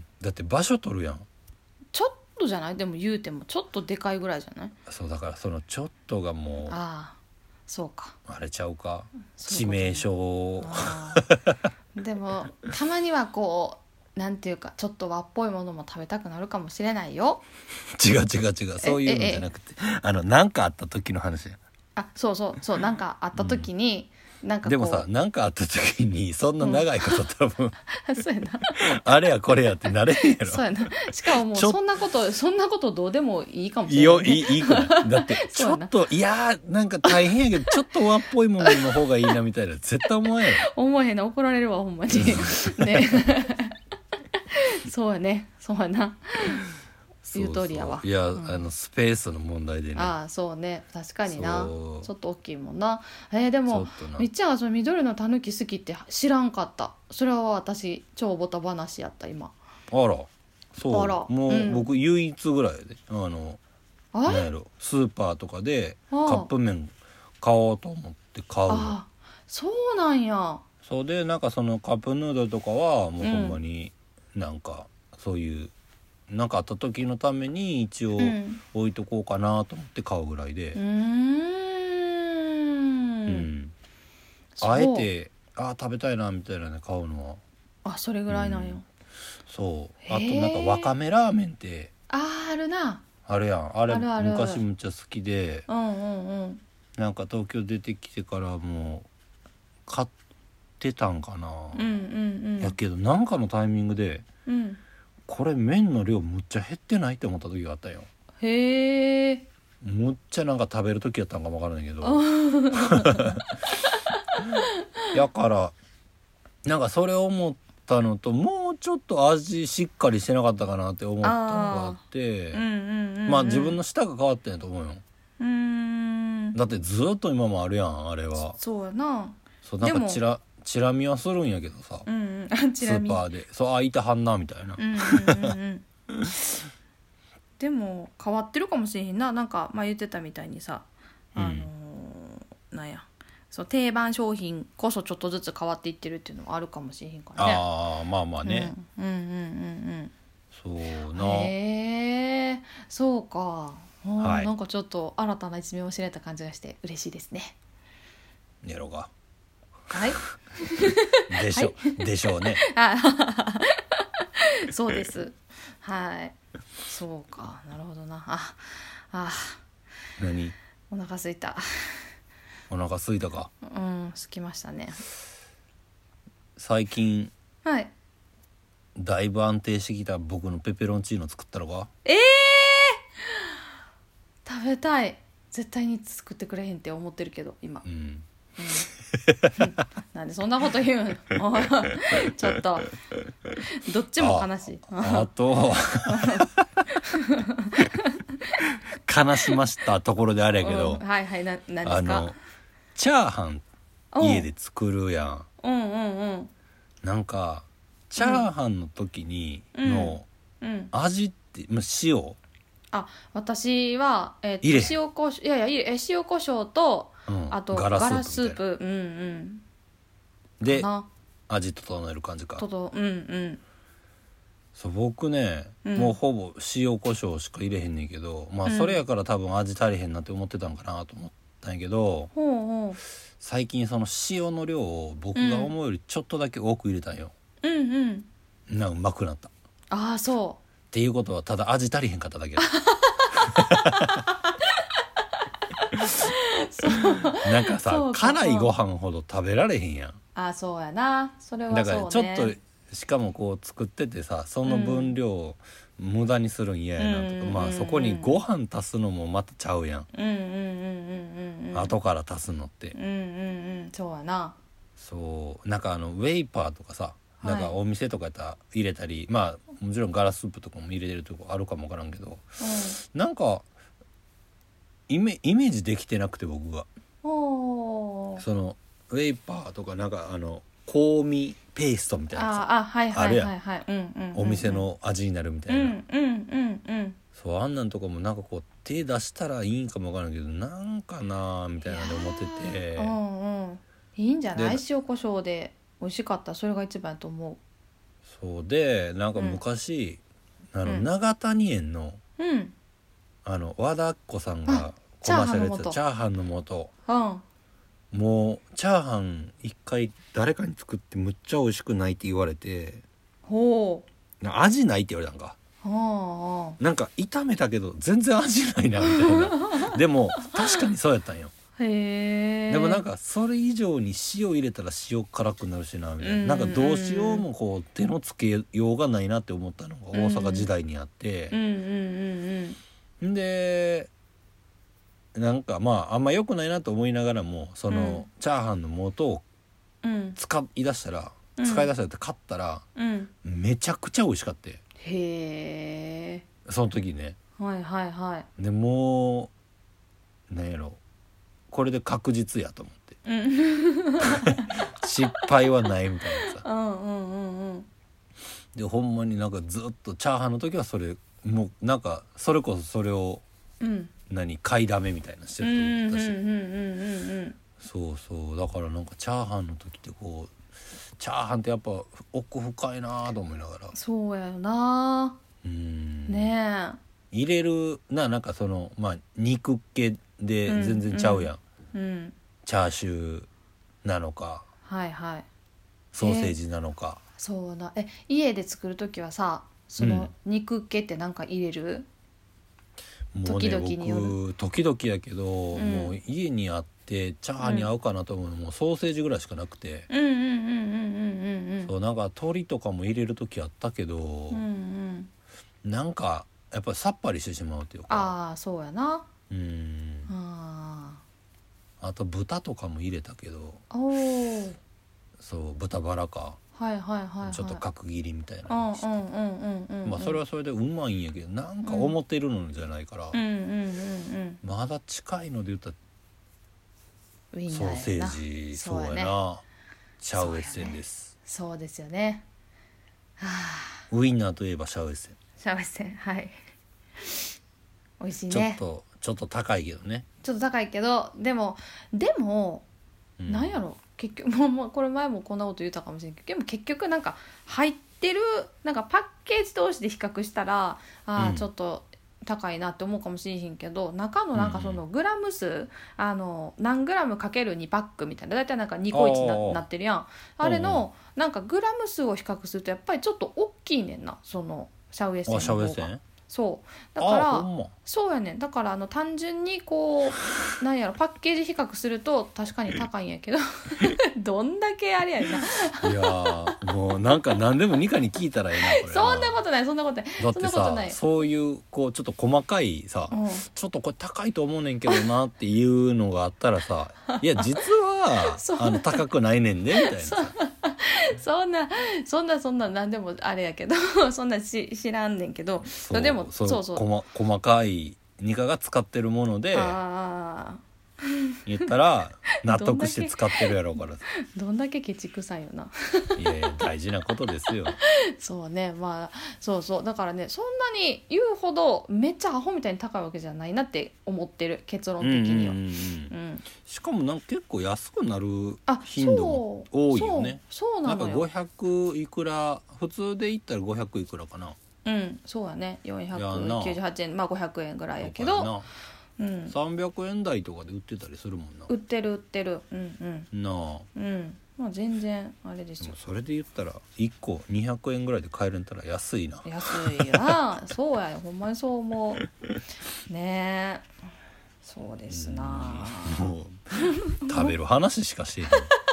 だって場所取るやん。 ちょっとじゃない？でも言うてもちょっとでかいぐらいじゃない？ そうだからそのちょっとがもうああそうかあれちゃうか、致命傷でもたまにはこうなんていうかちょっと和っぽいものも食べたくなるかもしれないよ。 違う違う違う、そういうのじゃなくてあのなんかあった時の話や。 あそうそうそう、なんかあった時に、うん、なんかこうでもさなんかあった時にそんな長いこと多分、 うん、そうやなあれやこれやってなれへんやろ。 そうやな、しかももうそんなことそんなことどうでもいいかもしれない、 ね、いいいいかだってちょっといやなんか大変やけどちょっと和っぽいものの方がいいなみたいな絶対思わへんよ。 思えへんな、怒られるわほんまにねそうやね、そうやな、言う通りやわ。 いや、うん、あのスペースの問題でね。 ああそうね、確かにな、ちょっと大きいもんな。えー、でもみっちゃんがその緑のたぬき好きって知らんかった。それは私超ボタ話やった今。 あらそう、あらもう、うん、僕唯一ぐらいであのなんやろスーパーとかでカップ麺買おうと思って買うの。あそうなんや。 そうでなんかそのカップヌードルとかはもうほんまになんかそういうなんかあった時のために一応置いとこうかなと思って買うぐらいで、うん、うん、あえてあ食べたいなみたいなね買うのはあそれぐらいなんよ、うん、 そうあとなんかわかめラーメンってああるなあるやんあれあるある昔むっちゃ好きで、 うんうんうん、 なんか東京出てきてからもう買ってたんかな、うんうんうん、やけどなんかのタイミングで、うん、これ麺の量むっちゃ減ってないって思った時があったよ。へえ。むっちゃなんか食べる時やったんかもわからないけどやからなんかそれを思ったのともうちょっと味しっかりしてなかったかなって思ったのがあって、うんうんうんうん、まあ自分の舌が変わってんやと思うよ。うーんだってずっと今もあるやんあれは。 そうやな。 そうなんかチラチラ見はするんやけどさ、うんうん、スーパーでそうあいたはんなみたいな、うんうんうんうん、 でも変わってるかもしれへんな。なんか、まあ、言ってたみたいにさ、あのーうん、なんやそう定番商品こそちょっとずつ変わっていってるっていうのはあるかもしれへんからね。 ああまあまあね、 うん、うんうんうんうんそうな。 へえそうか、はい、なんかちょっと新たな一面を知れた感じがして嬉しいですね。 やろうがはいでしょ、はい、でしょうねそうですはいそうかなるほどなああ何お腹すいたお腹すいたか。 うんすきましたね最近はいだいぶ安定してきた僕のペペロンチーノ作ったのか。 えー食べたい。絶対に作ってくれへんって思ってるけど今、うんうんなんでそんなこと言うのちょっとどっちも悲しい。 あ, あと悲しましたところであれやけど、 うん、はいはいな何ですか。 あのチャーハン家で作るやん。うんうんうんなんかチャーハンの時にの味って、うんうん、塩あ私は、えー、と塩コショウいやいや入れ塩コショウと、うん、あとガラスープうんうんで味整える感じか。ととうんうんそう僕ね、うん、もうほぼ塩コショウしか入れへんねんけどまあそれやから多分味足りへんなって思ってたんかなと思ったんやけど、うん、最近その塩の量を僕が思うよりちょっとだけ多く入れたんよ、うんうんなんかうまくなった。 ああそうっていうことはただ味足りへんかっただけだなんかさ辛いご飯ほど食べられへんやん。 あ、そうやな、それはそうね。 だからちょっとしかもこう作っててさ、その分量を無駄にするん嫌やなとか、うん、まあそこにご飯足すのもまたちゃうやん。うんうんうんうんうん。後から足すのって。うんうんうん。 そうやな。 そうなんかあのウェイパーとかさ、なんかお店とかやったら入れたり、はい、まあもちろんガラスープとかも入れてるとこあるかもわからんけど、うん、なんかイメ、イメージできてなくて僕が。おそのウェイパーとかなんかあの香味ペーストみたいなさ、あ、はいはいはいはい、あるやん、お店の味になるみたいな、うんうんうんうん、そうあんなんとかもなんかこう手出したらいいんかもわからんけどなんかなみたいなで思ってて、 うんうん、いいんじゃない、塩コショウで美味しかったらそれが一番やと思う。 そうでなんか昔、うん、あの長谷園の、うん、あの和田っ子さんがコマーシャルやってたチャーハンの素、うん、もうチャーハン一回誰かに作ってむっちゃ美味しくないって言われて、ほう味ないって言われたんか、はあ、なんか炒めたけど全然味ないなみたいなでも確かにそうやったんよ。へでもなんかそれ以上に塩入れたら塩辛くなるしなみたいな、うんうんうん、なんかどうしようもこう手のつけようがないなって思ったのが大阪時代にあって、うんうんうんうん、でなんかまああんま良くないなと思いながらもその、うん、チャーハンの素を使い出したら、うん、使い出したって買ったら、うん、めちゃくちゃ美味しかった。へえ。その時ね。はいはいはい。でもうなんやろこれで確実やと思って、うん、失敗はないみたいなさ。うんうんうんうん。でほんまになんかずっとチャーハンの時はそれもうなんかそれこそそれを、うん何買いだめみたいなしてると思ったし、そうそうだからなんかチャーハンの時ってこうチャーハンってやっぱ奥深いなと思いながら。 そうやよな。うんねえ入れるななんかそのまあ肉っ気で全然ちゃうやん、うんうん、チャーシューなのか、はいはい、ソーセージなのか、 えー、そうなえ家で作る時はさその肉っ気ってなんか入れる、うんもうね、時々による僕時々やけど、うん、もう家にあってチャーハンに合うかなと思うのも、うん、ソーセージぐらいしかなくて、そうなんか鶏とかも入れる時あったけど、うんうん、なんかやっぱりさっぱりしてしまうというか。 ああそうやな。うんああと豚とかも入れたけどおそう豚バラかはいはいはいはい、ちょっと角切りみたいなのにして、まあそれはそれでうまいんやけどなんか思ってるのじゃないから、うんうんうんうん、まだ近いので言ったらソーセージそうやな、ね、シャウエッセンです。 そうですよね、 はあ、ウインナーといえばシャウエッセンシャウエッセンはい美味しいね。 ちょっとちょっと高いけどねちょっと高いけどでもでも、うん、なんやろ結局もうもうこれ前もこんなこと言ったかもしれんけどでも結局なんか入ってるなんかパッケージ同士で比較したらあ、うん、ちょっと高いなって思うかもしれへんけど中のなんかそのグラム数、うんうん、あの何グラムかけるにパックみたいなだいたいなんかにこいち な, なってるやんあれの、うん、なんかグラム数を比較するとやっぱりちょっと大きいねんなそのシャウエッセンの方が。そうだからそうやねんだからあの単純にこうなんやろパッケージ比較すると確かに高いんやけどどんだけあれやねんないやもうなんか何でもニカに聞いたらええなこれそんなことないそんなことないだってさそういうこうちょっと細かいさ、うん、ちょっとこれ高いと思うねんけどなっていうのがあったらさいや実はあの高くないねんでみたいなさそんなそんなそんな何でもあれやけどそんなし知らんねんけどそうでもそうそうそう、細かいニカが使ってるものであ言ったら納得して使ってるやろうからどんだけケチくさいよな。 いやいや大事なことですよ。 そうねまあそうそうだからねそんなに言うほどめっちゃアホみたいに高いわけじゃないなって思ってる結論的には、うんうんうんうん、 しかもなんか結構安くなる頻度も多いよね。 そう、そうなのよ。 なんかごひゃくいくら普通で言ったらごひゃくいくらかな。 うんそうやねよんひゃくきゅうじゅうはちえんまあごひゃくえんぐらいやけどうん、さんびゃくえん台とかで売ってたりするもんな。 売ってる売ってるうんうんなあうんまあ全然あれですよ。 でもそれで言ったらいっこにひゃくえんぐらいで買えるんだったら安いな。 安いなそうやよほんまにそう思うねえそうですな、 うん、もう食べる話しかしてへん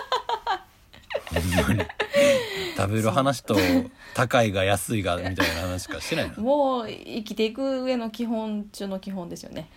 ほんまに食べる話と高いが安いがみたいな話しかしてないの。 もう生きていく上の基本中の基本ですよね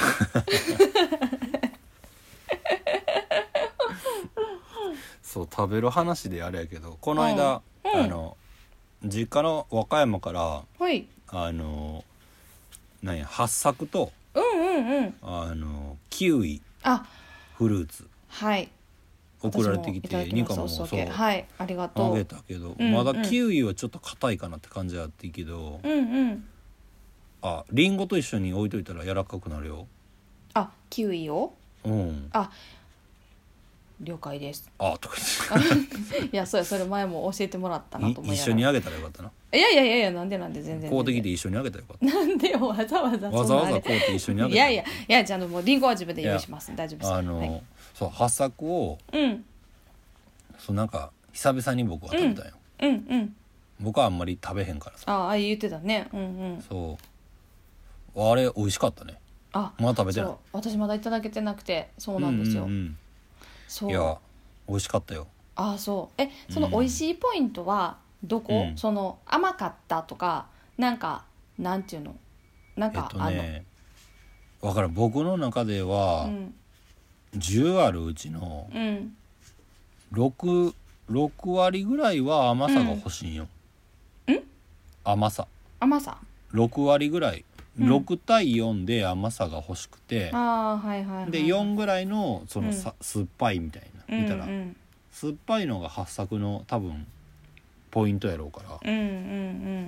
そう食べる話であれやけどこの間、うんうん、あの実家の和歌山から、 はい、 あのなんや八朔と、 うんうんうん、 あのキウイあフルーツはい送られてきてニカもそうはいありがとうあげたけど、うんうん、まだキウイはちょっと硬いかなって感じやっていいけど、 うんうん、 あリンゴと一緒に置いといたら柔らかくなるよ。 あキウイを、 うん、 あ了解です。 あとか言っていやそうやそれ前も教えてもらったなと思いながら一緒にあげたらよかったな。 いやいやいやいやなんでなんで全然買うてきて一緒にあげたらよかった。 なんでよわざわざわざわざ買うて一緒にあげたらいやいやいやちゃんともうリンゴは自分で用意します大丈夫です。 あの、 はい、 そう八朔を、 うん、 そうなんか久々に僕は食べたよ、 うん、うんうん僕はあんまり食べへんからさ。 ああ言ってたねうんうんそうあれ美味しかったね。 あまだ食べてない。 そう私まだいただけてなくてそうなんですよ、 うんうんうん、 そういや美味しかったよ。 あそうえその美味しいポイントはどこ、うん、その甘かったとかなんかなんていうのなんか、 えっとね分からん僕の中では、うん、じゅうあるうちの 6, ろく割ぐらいは甘さが欲しいんよ、 うん、 甘さ甘さろく割ぐらい、うん、ろく対よんで甘さが欲しくて、 あ、はいはいはい、 でよんぐらいのそのさ、うん、酸っぱいみたいな見たら、 うんうん、 酸っぱいのが八朔の多分ポイントやろうから、 うんうんうん、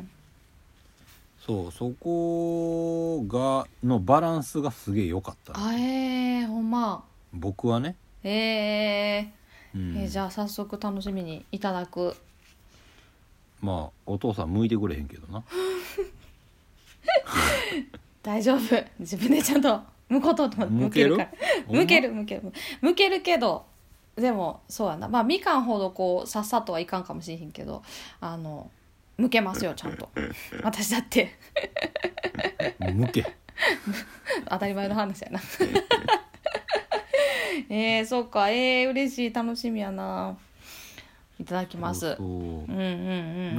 そうそこがのバランスがすげえ良かった、 あえー、ほんま僕はねえーうん、 えー、じゃあ早速楽しみにいただく。 まあお父さん向いてくれへんけどな大丈夫自分でちゃんと向こうと思って向けるから向ける向ける向けるけどでもそうやなまあみかんほどこうさっさとはいかんかもしれへんけどあの向けますよちゃんと私だって向け当たり前の話やなえー、そうかえー、嬉しい楽しみやないただきます。そうそう、うんうんうんうん、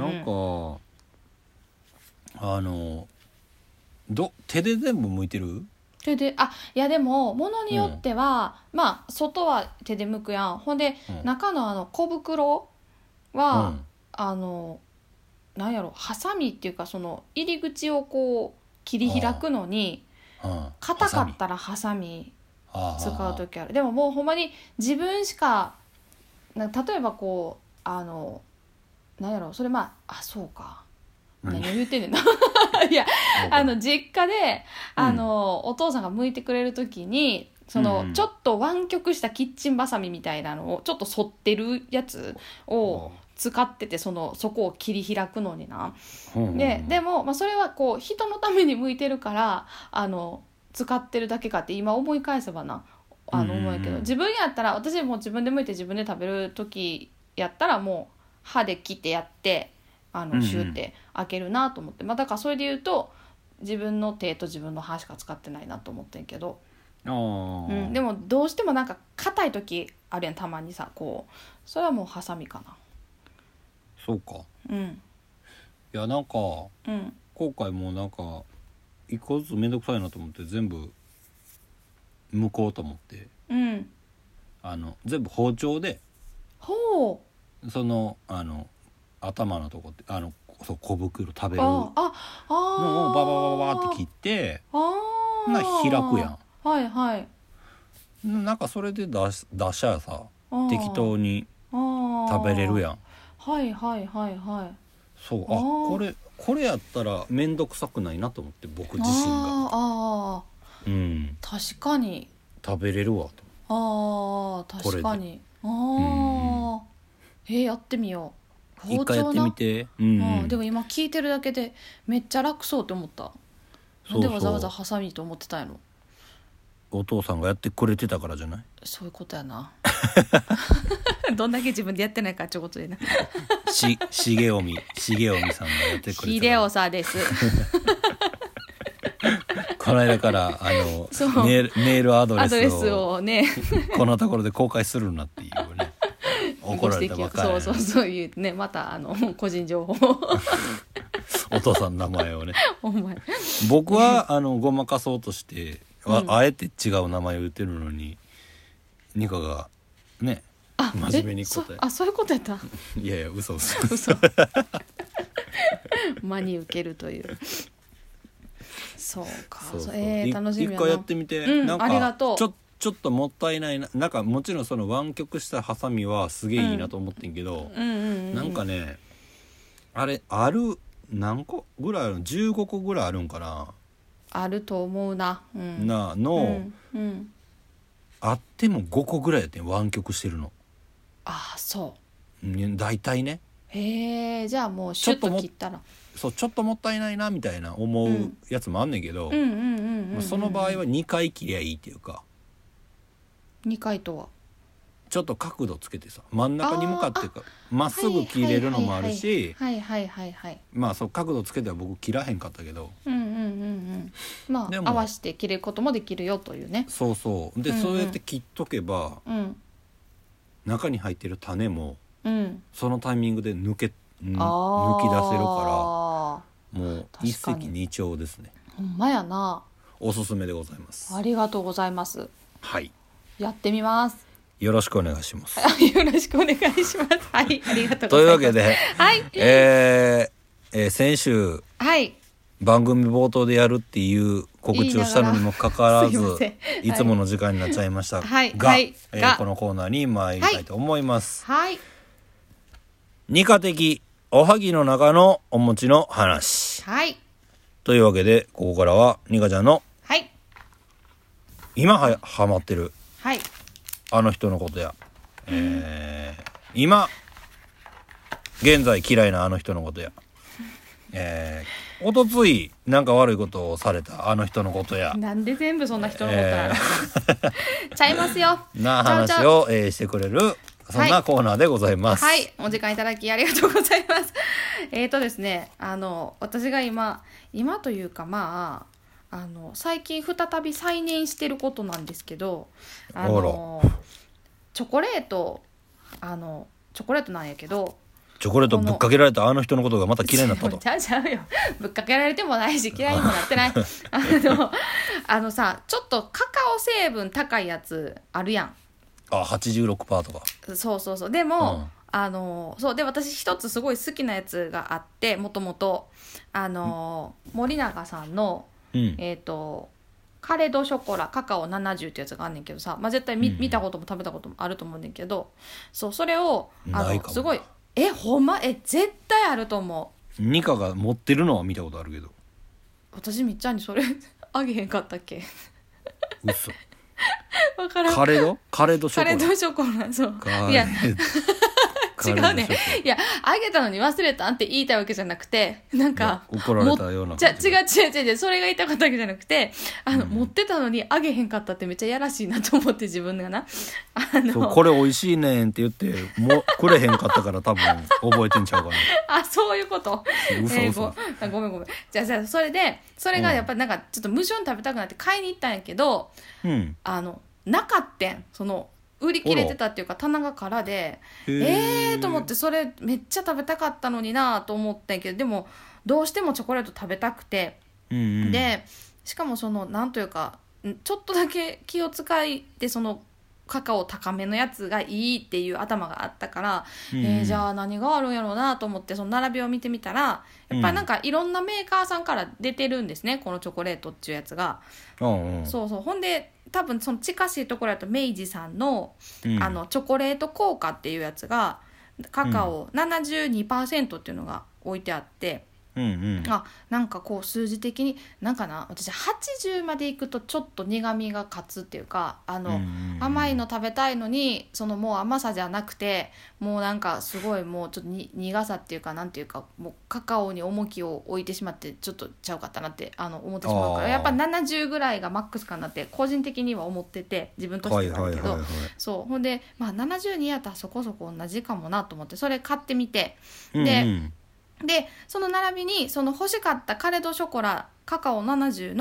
なんかあのど手で全部剥いてる？ 手であいやでもものによっては、うん、まあ外は手で剥くやんほんで、うん、中のあの小袋は、うん、あのなんやろハサミっていうかその入り口をこう切り開くのに硬かったらハサミ使う時ある。でももうほんまに自分しかな例えばこうあのなんやろそれまああそうか何を言ってんねんないやあの実家であの、うん、お父さんが剥いてくれる時にその、うん、ちょっと湾曲したキッチンバサミみたいなのをちょっと反ってるやつを使っててそのそこを切り開くのにな、うん、で, でも、まあ、それはこう人のために剥いてるからあの使ってるだけかって今思い返せばなあの思うけど、自分やったら私も自分で剥いて自分で食べる時やったらもう歯で切ってやってあのシューって開けるなと思って、まあ、だからそれで言うと自分の手と自分の歯しか使ってないなと思ってんけど、 あ、 うん、でもどうしてもなんか硬い時あるやんたまにさこうそれはもうハサミかな。 そうか、 うん、 いやなんか、 うん、 今回もなんか一個ずつめんどくさいなと思って全部剥こうと思って、 うん、 あの全部包丁でほうそのあの頭のとこってあのそう小袋食べるのをバババババって切ってな開くやん。 はいはい。 なんかそれで出し、出しゃさ適当に食べれるやん。 はいはいはいはい。 そうあこれこれやったら面倒くさくないなと思って僕自身が。 ああ、うん、確かに食べれるわと。 ああ確かに。ああ、うん、えー、やってみよう。 一回やってみて、うんうん、 でも今聞いてるだけでめっちゃ楽そうって思った。なんでわざわざハサミと思ってたんやろ。 お父さんがやってくれてたからじゃない？ そういうことやなどんだけ自分でやってないかってことでなし重臣重臣さんがやってくれてた。 秀夫さんですこの間からあのメール、メールアドレスを、アドレスをねこのところで公開するなっていうね怒られたばっかり、 そうそうそういうね、またあの個人情報お父さんの名前をねお前僕はあのごまかそうとして、うん、あえて違う名前を言ってるのにニカがね真面目に答えあ、そういうことやったいやいや嘘嘘嘘真に受けるというそうかそうそう、えー、楽しみやな一回やってみて、 うん、なんかありがとうちょちょっともったいないな、なんかもちろんその湾曲したハサミはすげえいいなと思ってんけど、うんうんうんうん、なんかねあれある何個ぐらいあるのじゅうごこぐらいあるんかなあると思うな、うん、 なの、うんうん、あってもごこぐらいやってん湾曲してるの。 ああそうだいたいね。 へえ、じゃあもうシュッと切ったらそうちょっともったいないなみたいな思うやつもあんねんけど、その場合はにかい切りゃいいっていうか。 にかいとはちょっと角度つけてさ真ん中に向かってかまっすぐ切れるのもあるし、まあそう角度つけては僕切らへんかったけど、うんうんうんうんまあ合わせて切れることもできるよというね。 そうそうで、うんうん、そうやって切っとけば、うん、中に入ってる種も、うん、そのタイミングで抜け抜き出せるからもう一石二鳥ですね。 ほんまやな。 おすすめでございます。 ありがとうございます。 はい。 やってみます。 よろしくお願いします。 よろしくお願いします。はい、ありがとうございます。 というわけで、はい、えーえー、先週、はい、番組冒頭でやるっていう告知をしたのにもかかわらず、い, いつもの時間になっちゃいましたが、はいはいえー、このコーナーに参りたいと思います。はい。二課的おはぎの中のお餅の話。はい。というわけで、ここからはニカちゃんの、はい、今はハマってる。はい。あの人のことや、えー、今現在嫌いなあの人のことや、えー、おとついなんか悪いことをされたあの人のことや、 なんで全部そんな人のことや、えー、ちゃいますよな話を、えー、してくれるそんなコーナーでございます。 はい、はい、お時間いただきありがとうございます。えーとですねあの私が今今というかまああの最近再び再燃してることなんですけど、あのチョコレートあのチョコレートなんやけど、 チョコレートぶっかけられたあの人のことがまた嫌いになったと。 ちゃうちゃうよ、ぶっかけられてもないし嫌いにもなってないあのあのさちょっとカカオ成分高いやつあるやん。 あ はちじゅうろくパーセント とか。 そうそうそうでも、うん、あのそうで私一つすごい好きなやつがあって、もともとあの森永さんのうん、えーとカレドショコラカカオななじゅうってやつがあんねんけどさ、まあ、絶対 見,、うん、見たことも食べたこともあると思うねんけど、そうそれをあのすごいえほんまえ絶対あると思う。ニカが持ってるのは見たことあるけど、 私みっちゃんにそれあげへんかったっけ。 嘘わからん。 カレドカレドショコラカレドショコラそういや違うね。いやあげたのに忘れたんって言いたいわけじゃなくて、なんか怒られたようなじゃ違う違う違うそれが言いたかったわけじゃなくて、あの、うん、持ってたのにあげへんかったってめっちゃやらしいなと思って、自分がなあのそうこれ美味しいねんって言ってもくれへんかったから多分覚えてんちゃうかな。 あそういうこと嘘嘘、えー、ご, ごめんごめんじゃあじゃあそれでそれがやっぱりなんかちょっと無性に食べたくなって買いに行ったんやけど、うん、あのなかったんその売り切れてたっていうか棚が空で、えーと思って、それめっちゃ食べたかったのになと思ったんやけど、でもどうしてもチョコレート食べたくて、うんうん、でしかもそのなんというかちょっとだけ気を使いでそのカカオ高めのやつがいいっていう頭があったから、うんえー、じゃあ何があるんやろうなと思ってその並びを見てみたら、やっぱりなんかいろんなメーカーさんから出てるんですね、このチョコレートっていうやつが、うんうん、そうそうほんで多分その近しいところだと明治さん の,、うん、あのチョコレート効果っていうやつがカカオ ななじゅうにパーセント っていうのが置いてあって、うんうん、あなんかこう数字的になんかな私はちじゅうまでいくとちょっと苦みが勝つっていうか、あの、うんうん、甘いの食べたいのにそのもう甘さじゃなくてもうなんかすごいもうちょっとに苦さっていうかなんていうかもうカカオに重きを置いてしまってちょっとちゃうかったなってあの思ってしまうから、やっぱななじゅうぐらいがマックスかなって個人的には思ってて自分としてなんだけど、はいはいはいはい、そうほんで、まあ、ななじゅうにやったらそこそこ同じかもなと思ってそれ買ってみて、で、うんうんでその並びにその欲しかったカレドショコラカカオななじゅうの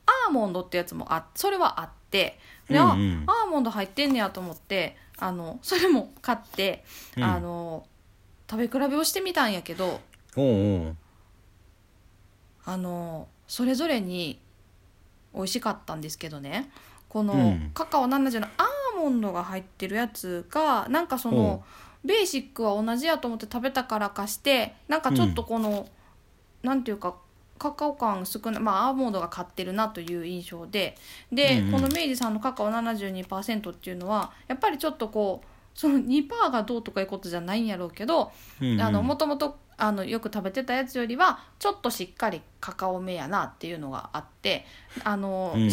アーモンドってやつもあそれはあってで、 うんうん、 あアーモンド入ってんねやと思ってあのそれも買って、うん、あの食べ比べをしてみたんやけど、 おうおうあのそれぞれに美味しかったんですけどね、このカカオななじゅうのアーモンドが入ってるやつがなんかそのベーシックは同じやと思って食べたからかしてなんかちょっとこの、うん、なんていうかカカオ感少ない、まあアーモンドが勝ってるなという印象でで、うんうん、この明治さんのカカオ ななじゅうにパーセント っていうのはやっぱりちょっとこうその にパーセント がどうとかいうことじゃないんやろうけど、うんうん、あのもともとあのよく食べてたやつよりはちょっとしっかりカカオめやなっていうのがあってあの、うんうん、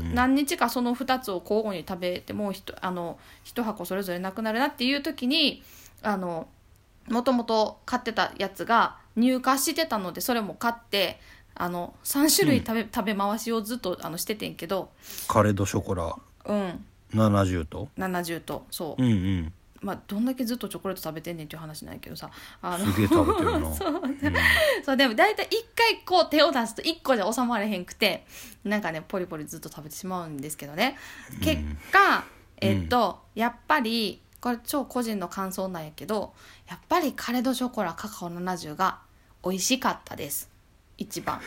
何日かそのふたつを交互に食べてもうひとあのいち箱それぞれなくなるなっていう時にあのもともと買ってたやつが入荷してたのでそれも買ってあのさん種類食べ、うん、食べ回しをずっとあのしててんけどカレ・ド・ショコラ、 うん、 ななじゅうとななじゅうとそう、 うんうんまあ、どんだけずっとチョコレート食べてんねんっていう話なんやけどさあのすげえ食べてるなそう、うん、そうでも大体いっかいこう手を出すといっこじゃ収まれへんくてなんかねポリポリずっと食べてしまうんですけどね結果、うん、えっと、うん、やっぱりこれ超個人の感想なんやけどやっぱりカレ・ド・ショコラカカオななじゅうが美味しかったです一番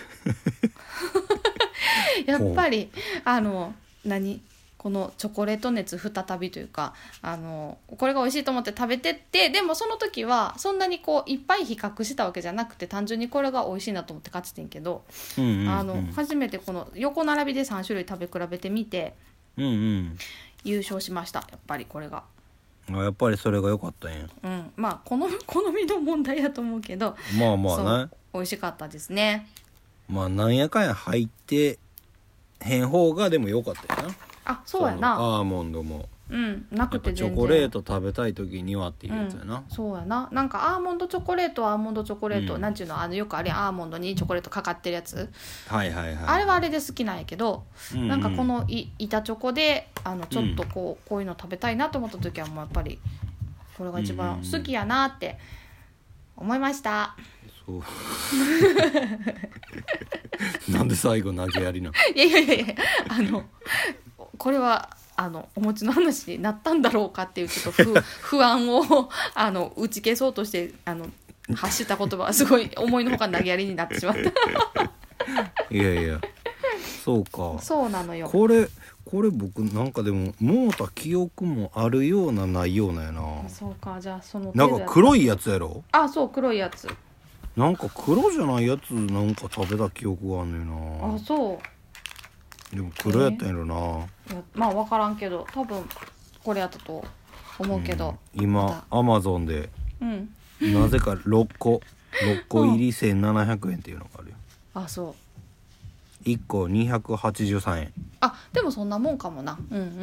やっぱりあの何このチョコレート熱再びというかあのこれが美味しいと思って食べてってでもその時はそんなにこういっぱい比較したわけじゃなくて単純にこれが美味しいなと思って買っててんけど、うんうんうん、あの初めてこの横並びでさん種類食べ比べてみて、うんうん、優勝しましたやっぱりこれがあやっぱりそれが良かったんや、 うん、まあ好み、好みの問題やと思うけどまあまあね美味しかったですねまあなんやかんや入ってへん方がでも良かったよなあそうやなアーモンドもうんなくて全然チョコレート食べたい時にはっていうやつやな、 うん、そうやななんかアーモンドチョコレートはアーモンドチョコレート、うん、なんちゅうのあのよくあれアーモンドにチョコレートかかってるやつはいはいはいあれはあれで好きなんやけど、うんうん、なんかこのい板チョコであのちょっとこう、うん、こういうの食べたいなと思った時はもうやっぱりこれが一番好きやなって思いました、 うんうん、そうなんで最後投げやりないやいやいやいやあのこれはあのお餅の話になったんだろうかっていうちょっと 不, 不安をあの打ち消そうとしてあの発した言葉はすごい思いのほか投げやりになってしまったいやいやそうかそうなのよこれこれ僕なんかでももうた記憶もあるようなないようなやなそうかじゃあそのなんか黒いやつやろあそう黒いやつなんか黒じゃないやつなんか食べた記憶があんのよなあそうでも黒やったんやろな、 えー、いやまあ分からんけど多分これやったと思うけど、 うん、今アマゾンで、うん、なぜかろっころっこ入りせんななひゃくえんっていうのがあるよあそういっこにひゃくはちじゅうさんえんあでもそんなもんかもなうんうんうん、うん、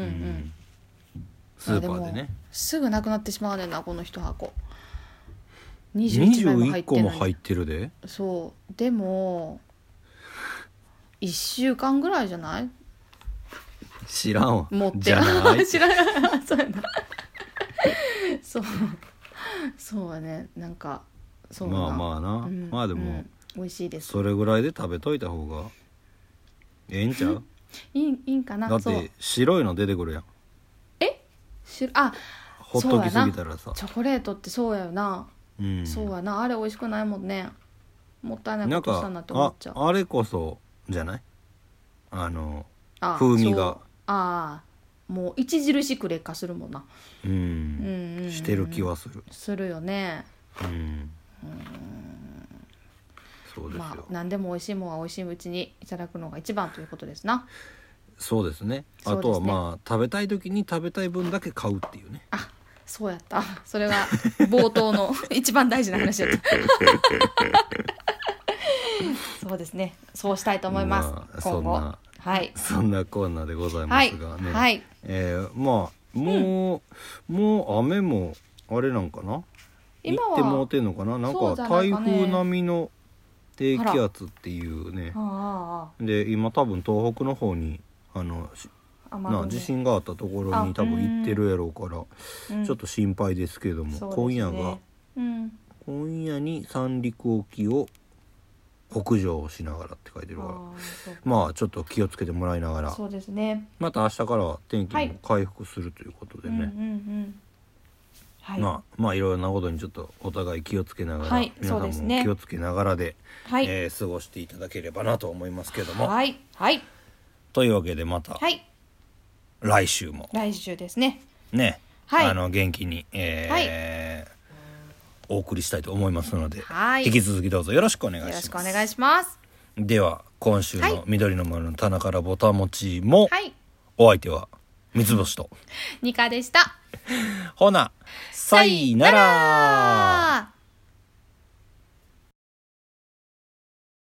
スーパーでねすぐなくなってしまうねんなこの一箱にじゅういちまいも入ってないにじゅういっこも入ってるでそうでもいっしゅうかんぐらいじゃない知らんわ持ってじゃない知らんそうやなそうそうやねなんかそうまあまあな、うん、まあでも、うん、 美味しいですそれぐらいで食べといた方がええんちゃういい、いいんかなだって白いの出てくるやんえしあほっときすぎたらさチョコレートってそうやよな、うん、そうやなあれ美味しくないもんねもったいないことしたなって思っちゃうあ, あれこそじゃないあのあ風味がああもう著しく劣化するもんなうん、うんうんうん、してる気はするするよねうんうんそうですよ、 まあ、何でも美味しいものは美味しいうちにいただくのが一番ということですなそうですねあとはまあ食べたい時に食べたい分だけ買うっていうねあそうやったそれが冒頭の一番大事な話やったそうですねそうしたいと思います、まあ、今後そんな、はい、 そんなコーナーでございますがね、 はいはいえー、まあもう、うん、もう雨もあれなんかな今は行ってもうてんのかななんか台風並みの低気圧っていうねで今多分東北の方にあのな地震があったところに多分行ってるやろうから、うん、ちょっと心配ですけども、うん、今夜が、うん、今夜に三陸沖を北上をしながらって書いてるからまあちょっと気をつけてもらいながらそうですねまた明日からは天気も回復するということでね、はいうんうんうんはい、まあまあいろいろなことにちょっとお互い気をつけながら、はい、皆さんも気をつけながらで、はいえー、過ごしていただければなと思いますけどもはいはいというわけでまた、はい、来週も来週ですねね、はい、あの元気に、えーはいお送りしたいと思いますので、はい、引き続きどうぞよろしくお願いします。 よろしくお願いします。 では今週の緑の丸の棚からぼたもちも、はい、お相手は三つ星とニカでした。 ほなさいなら。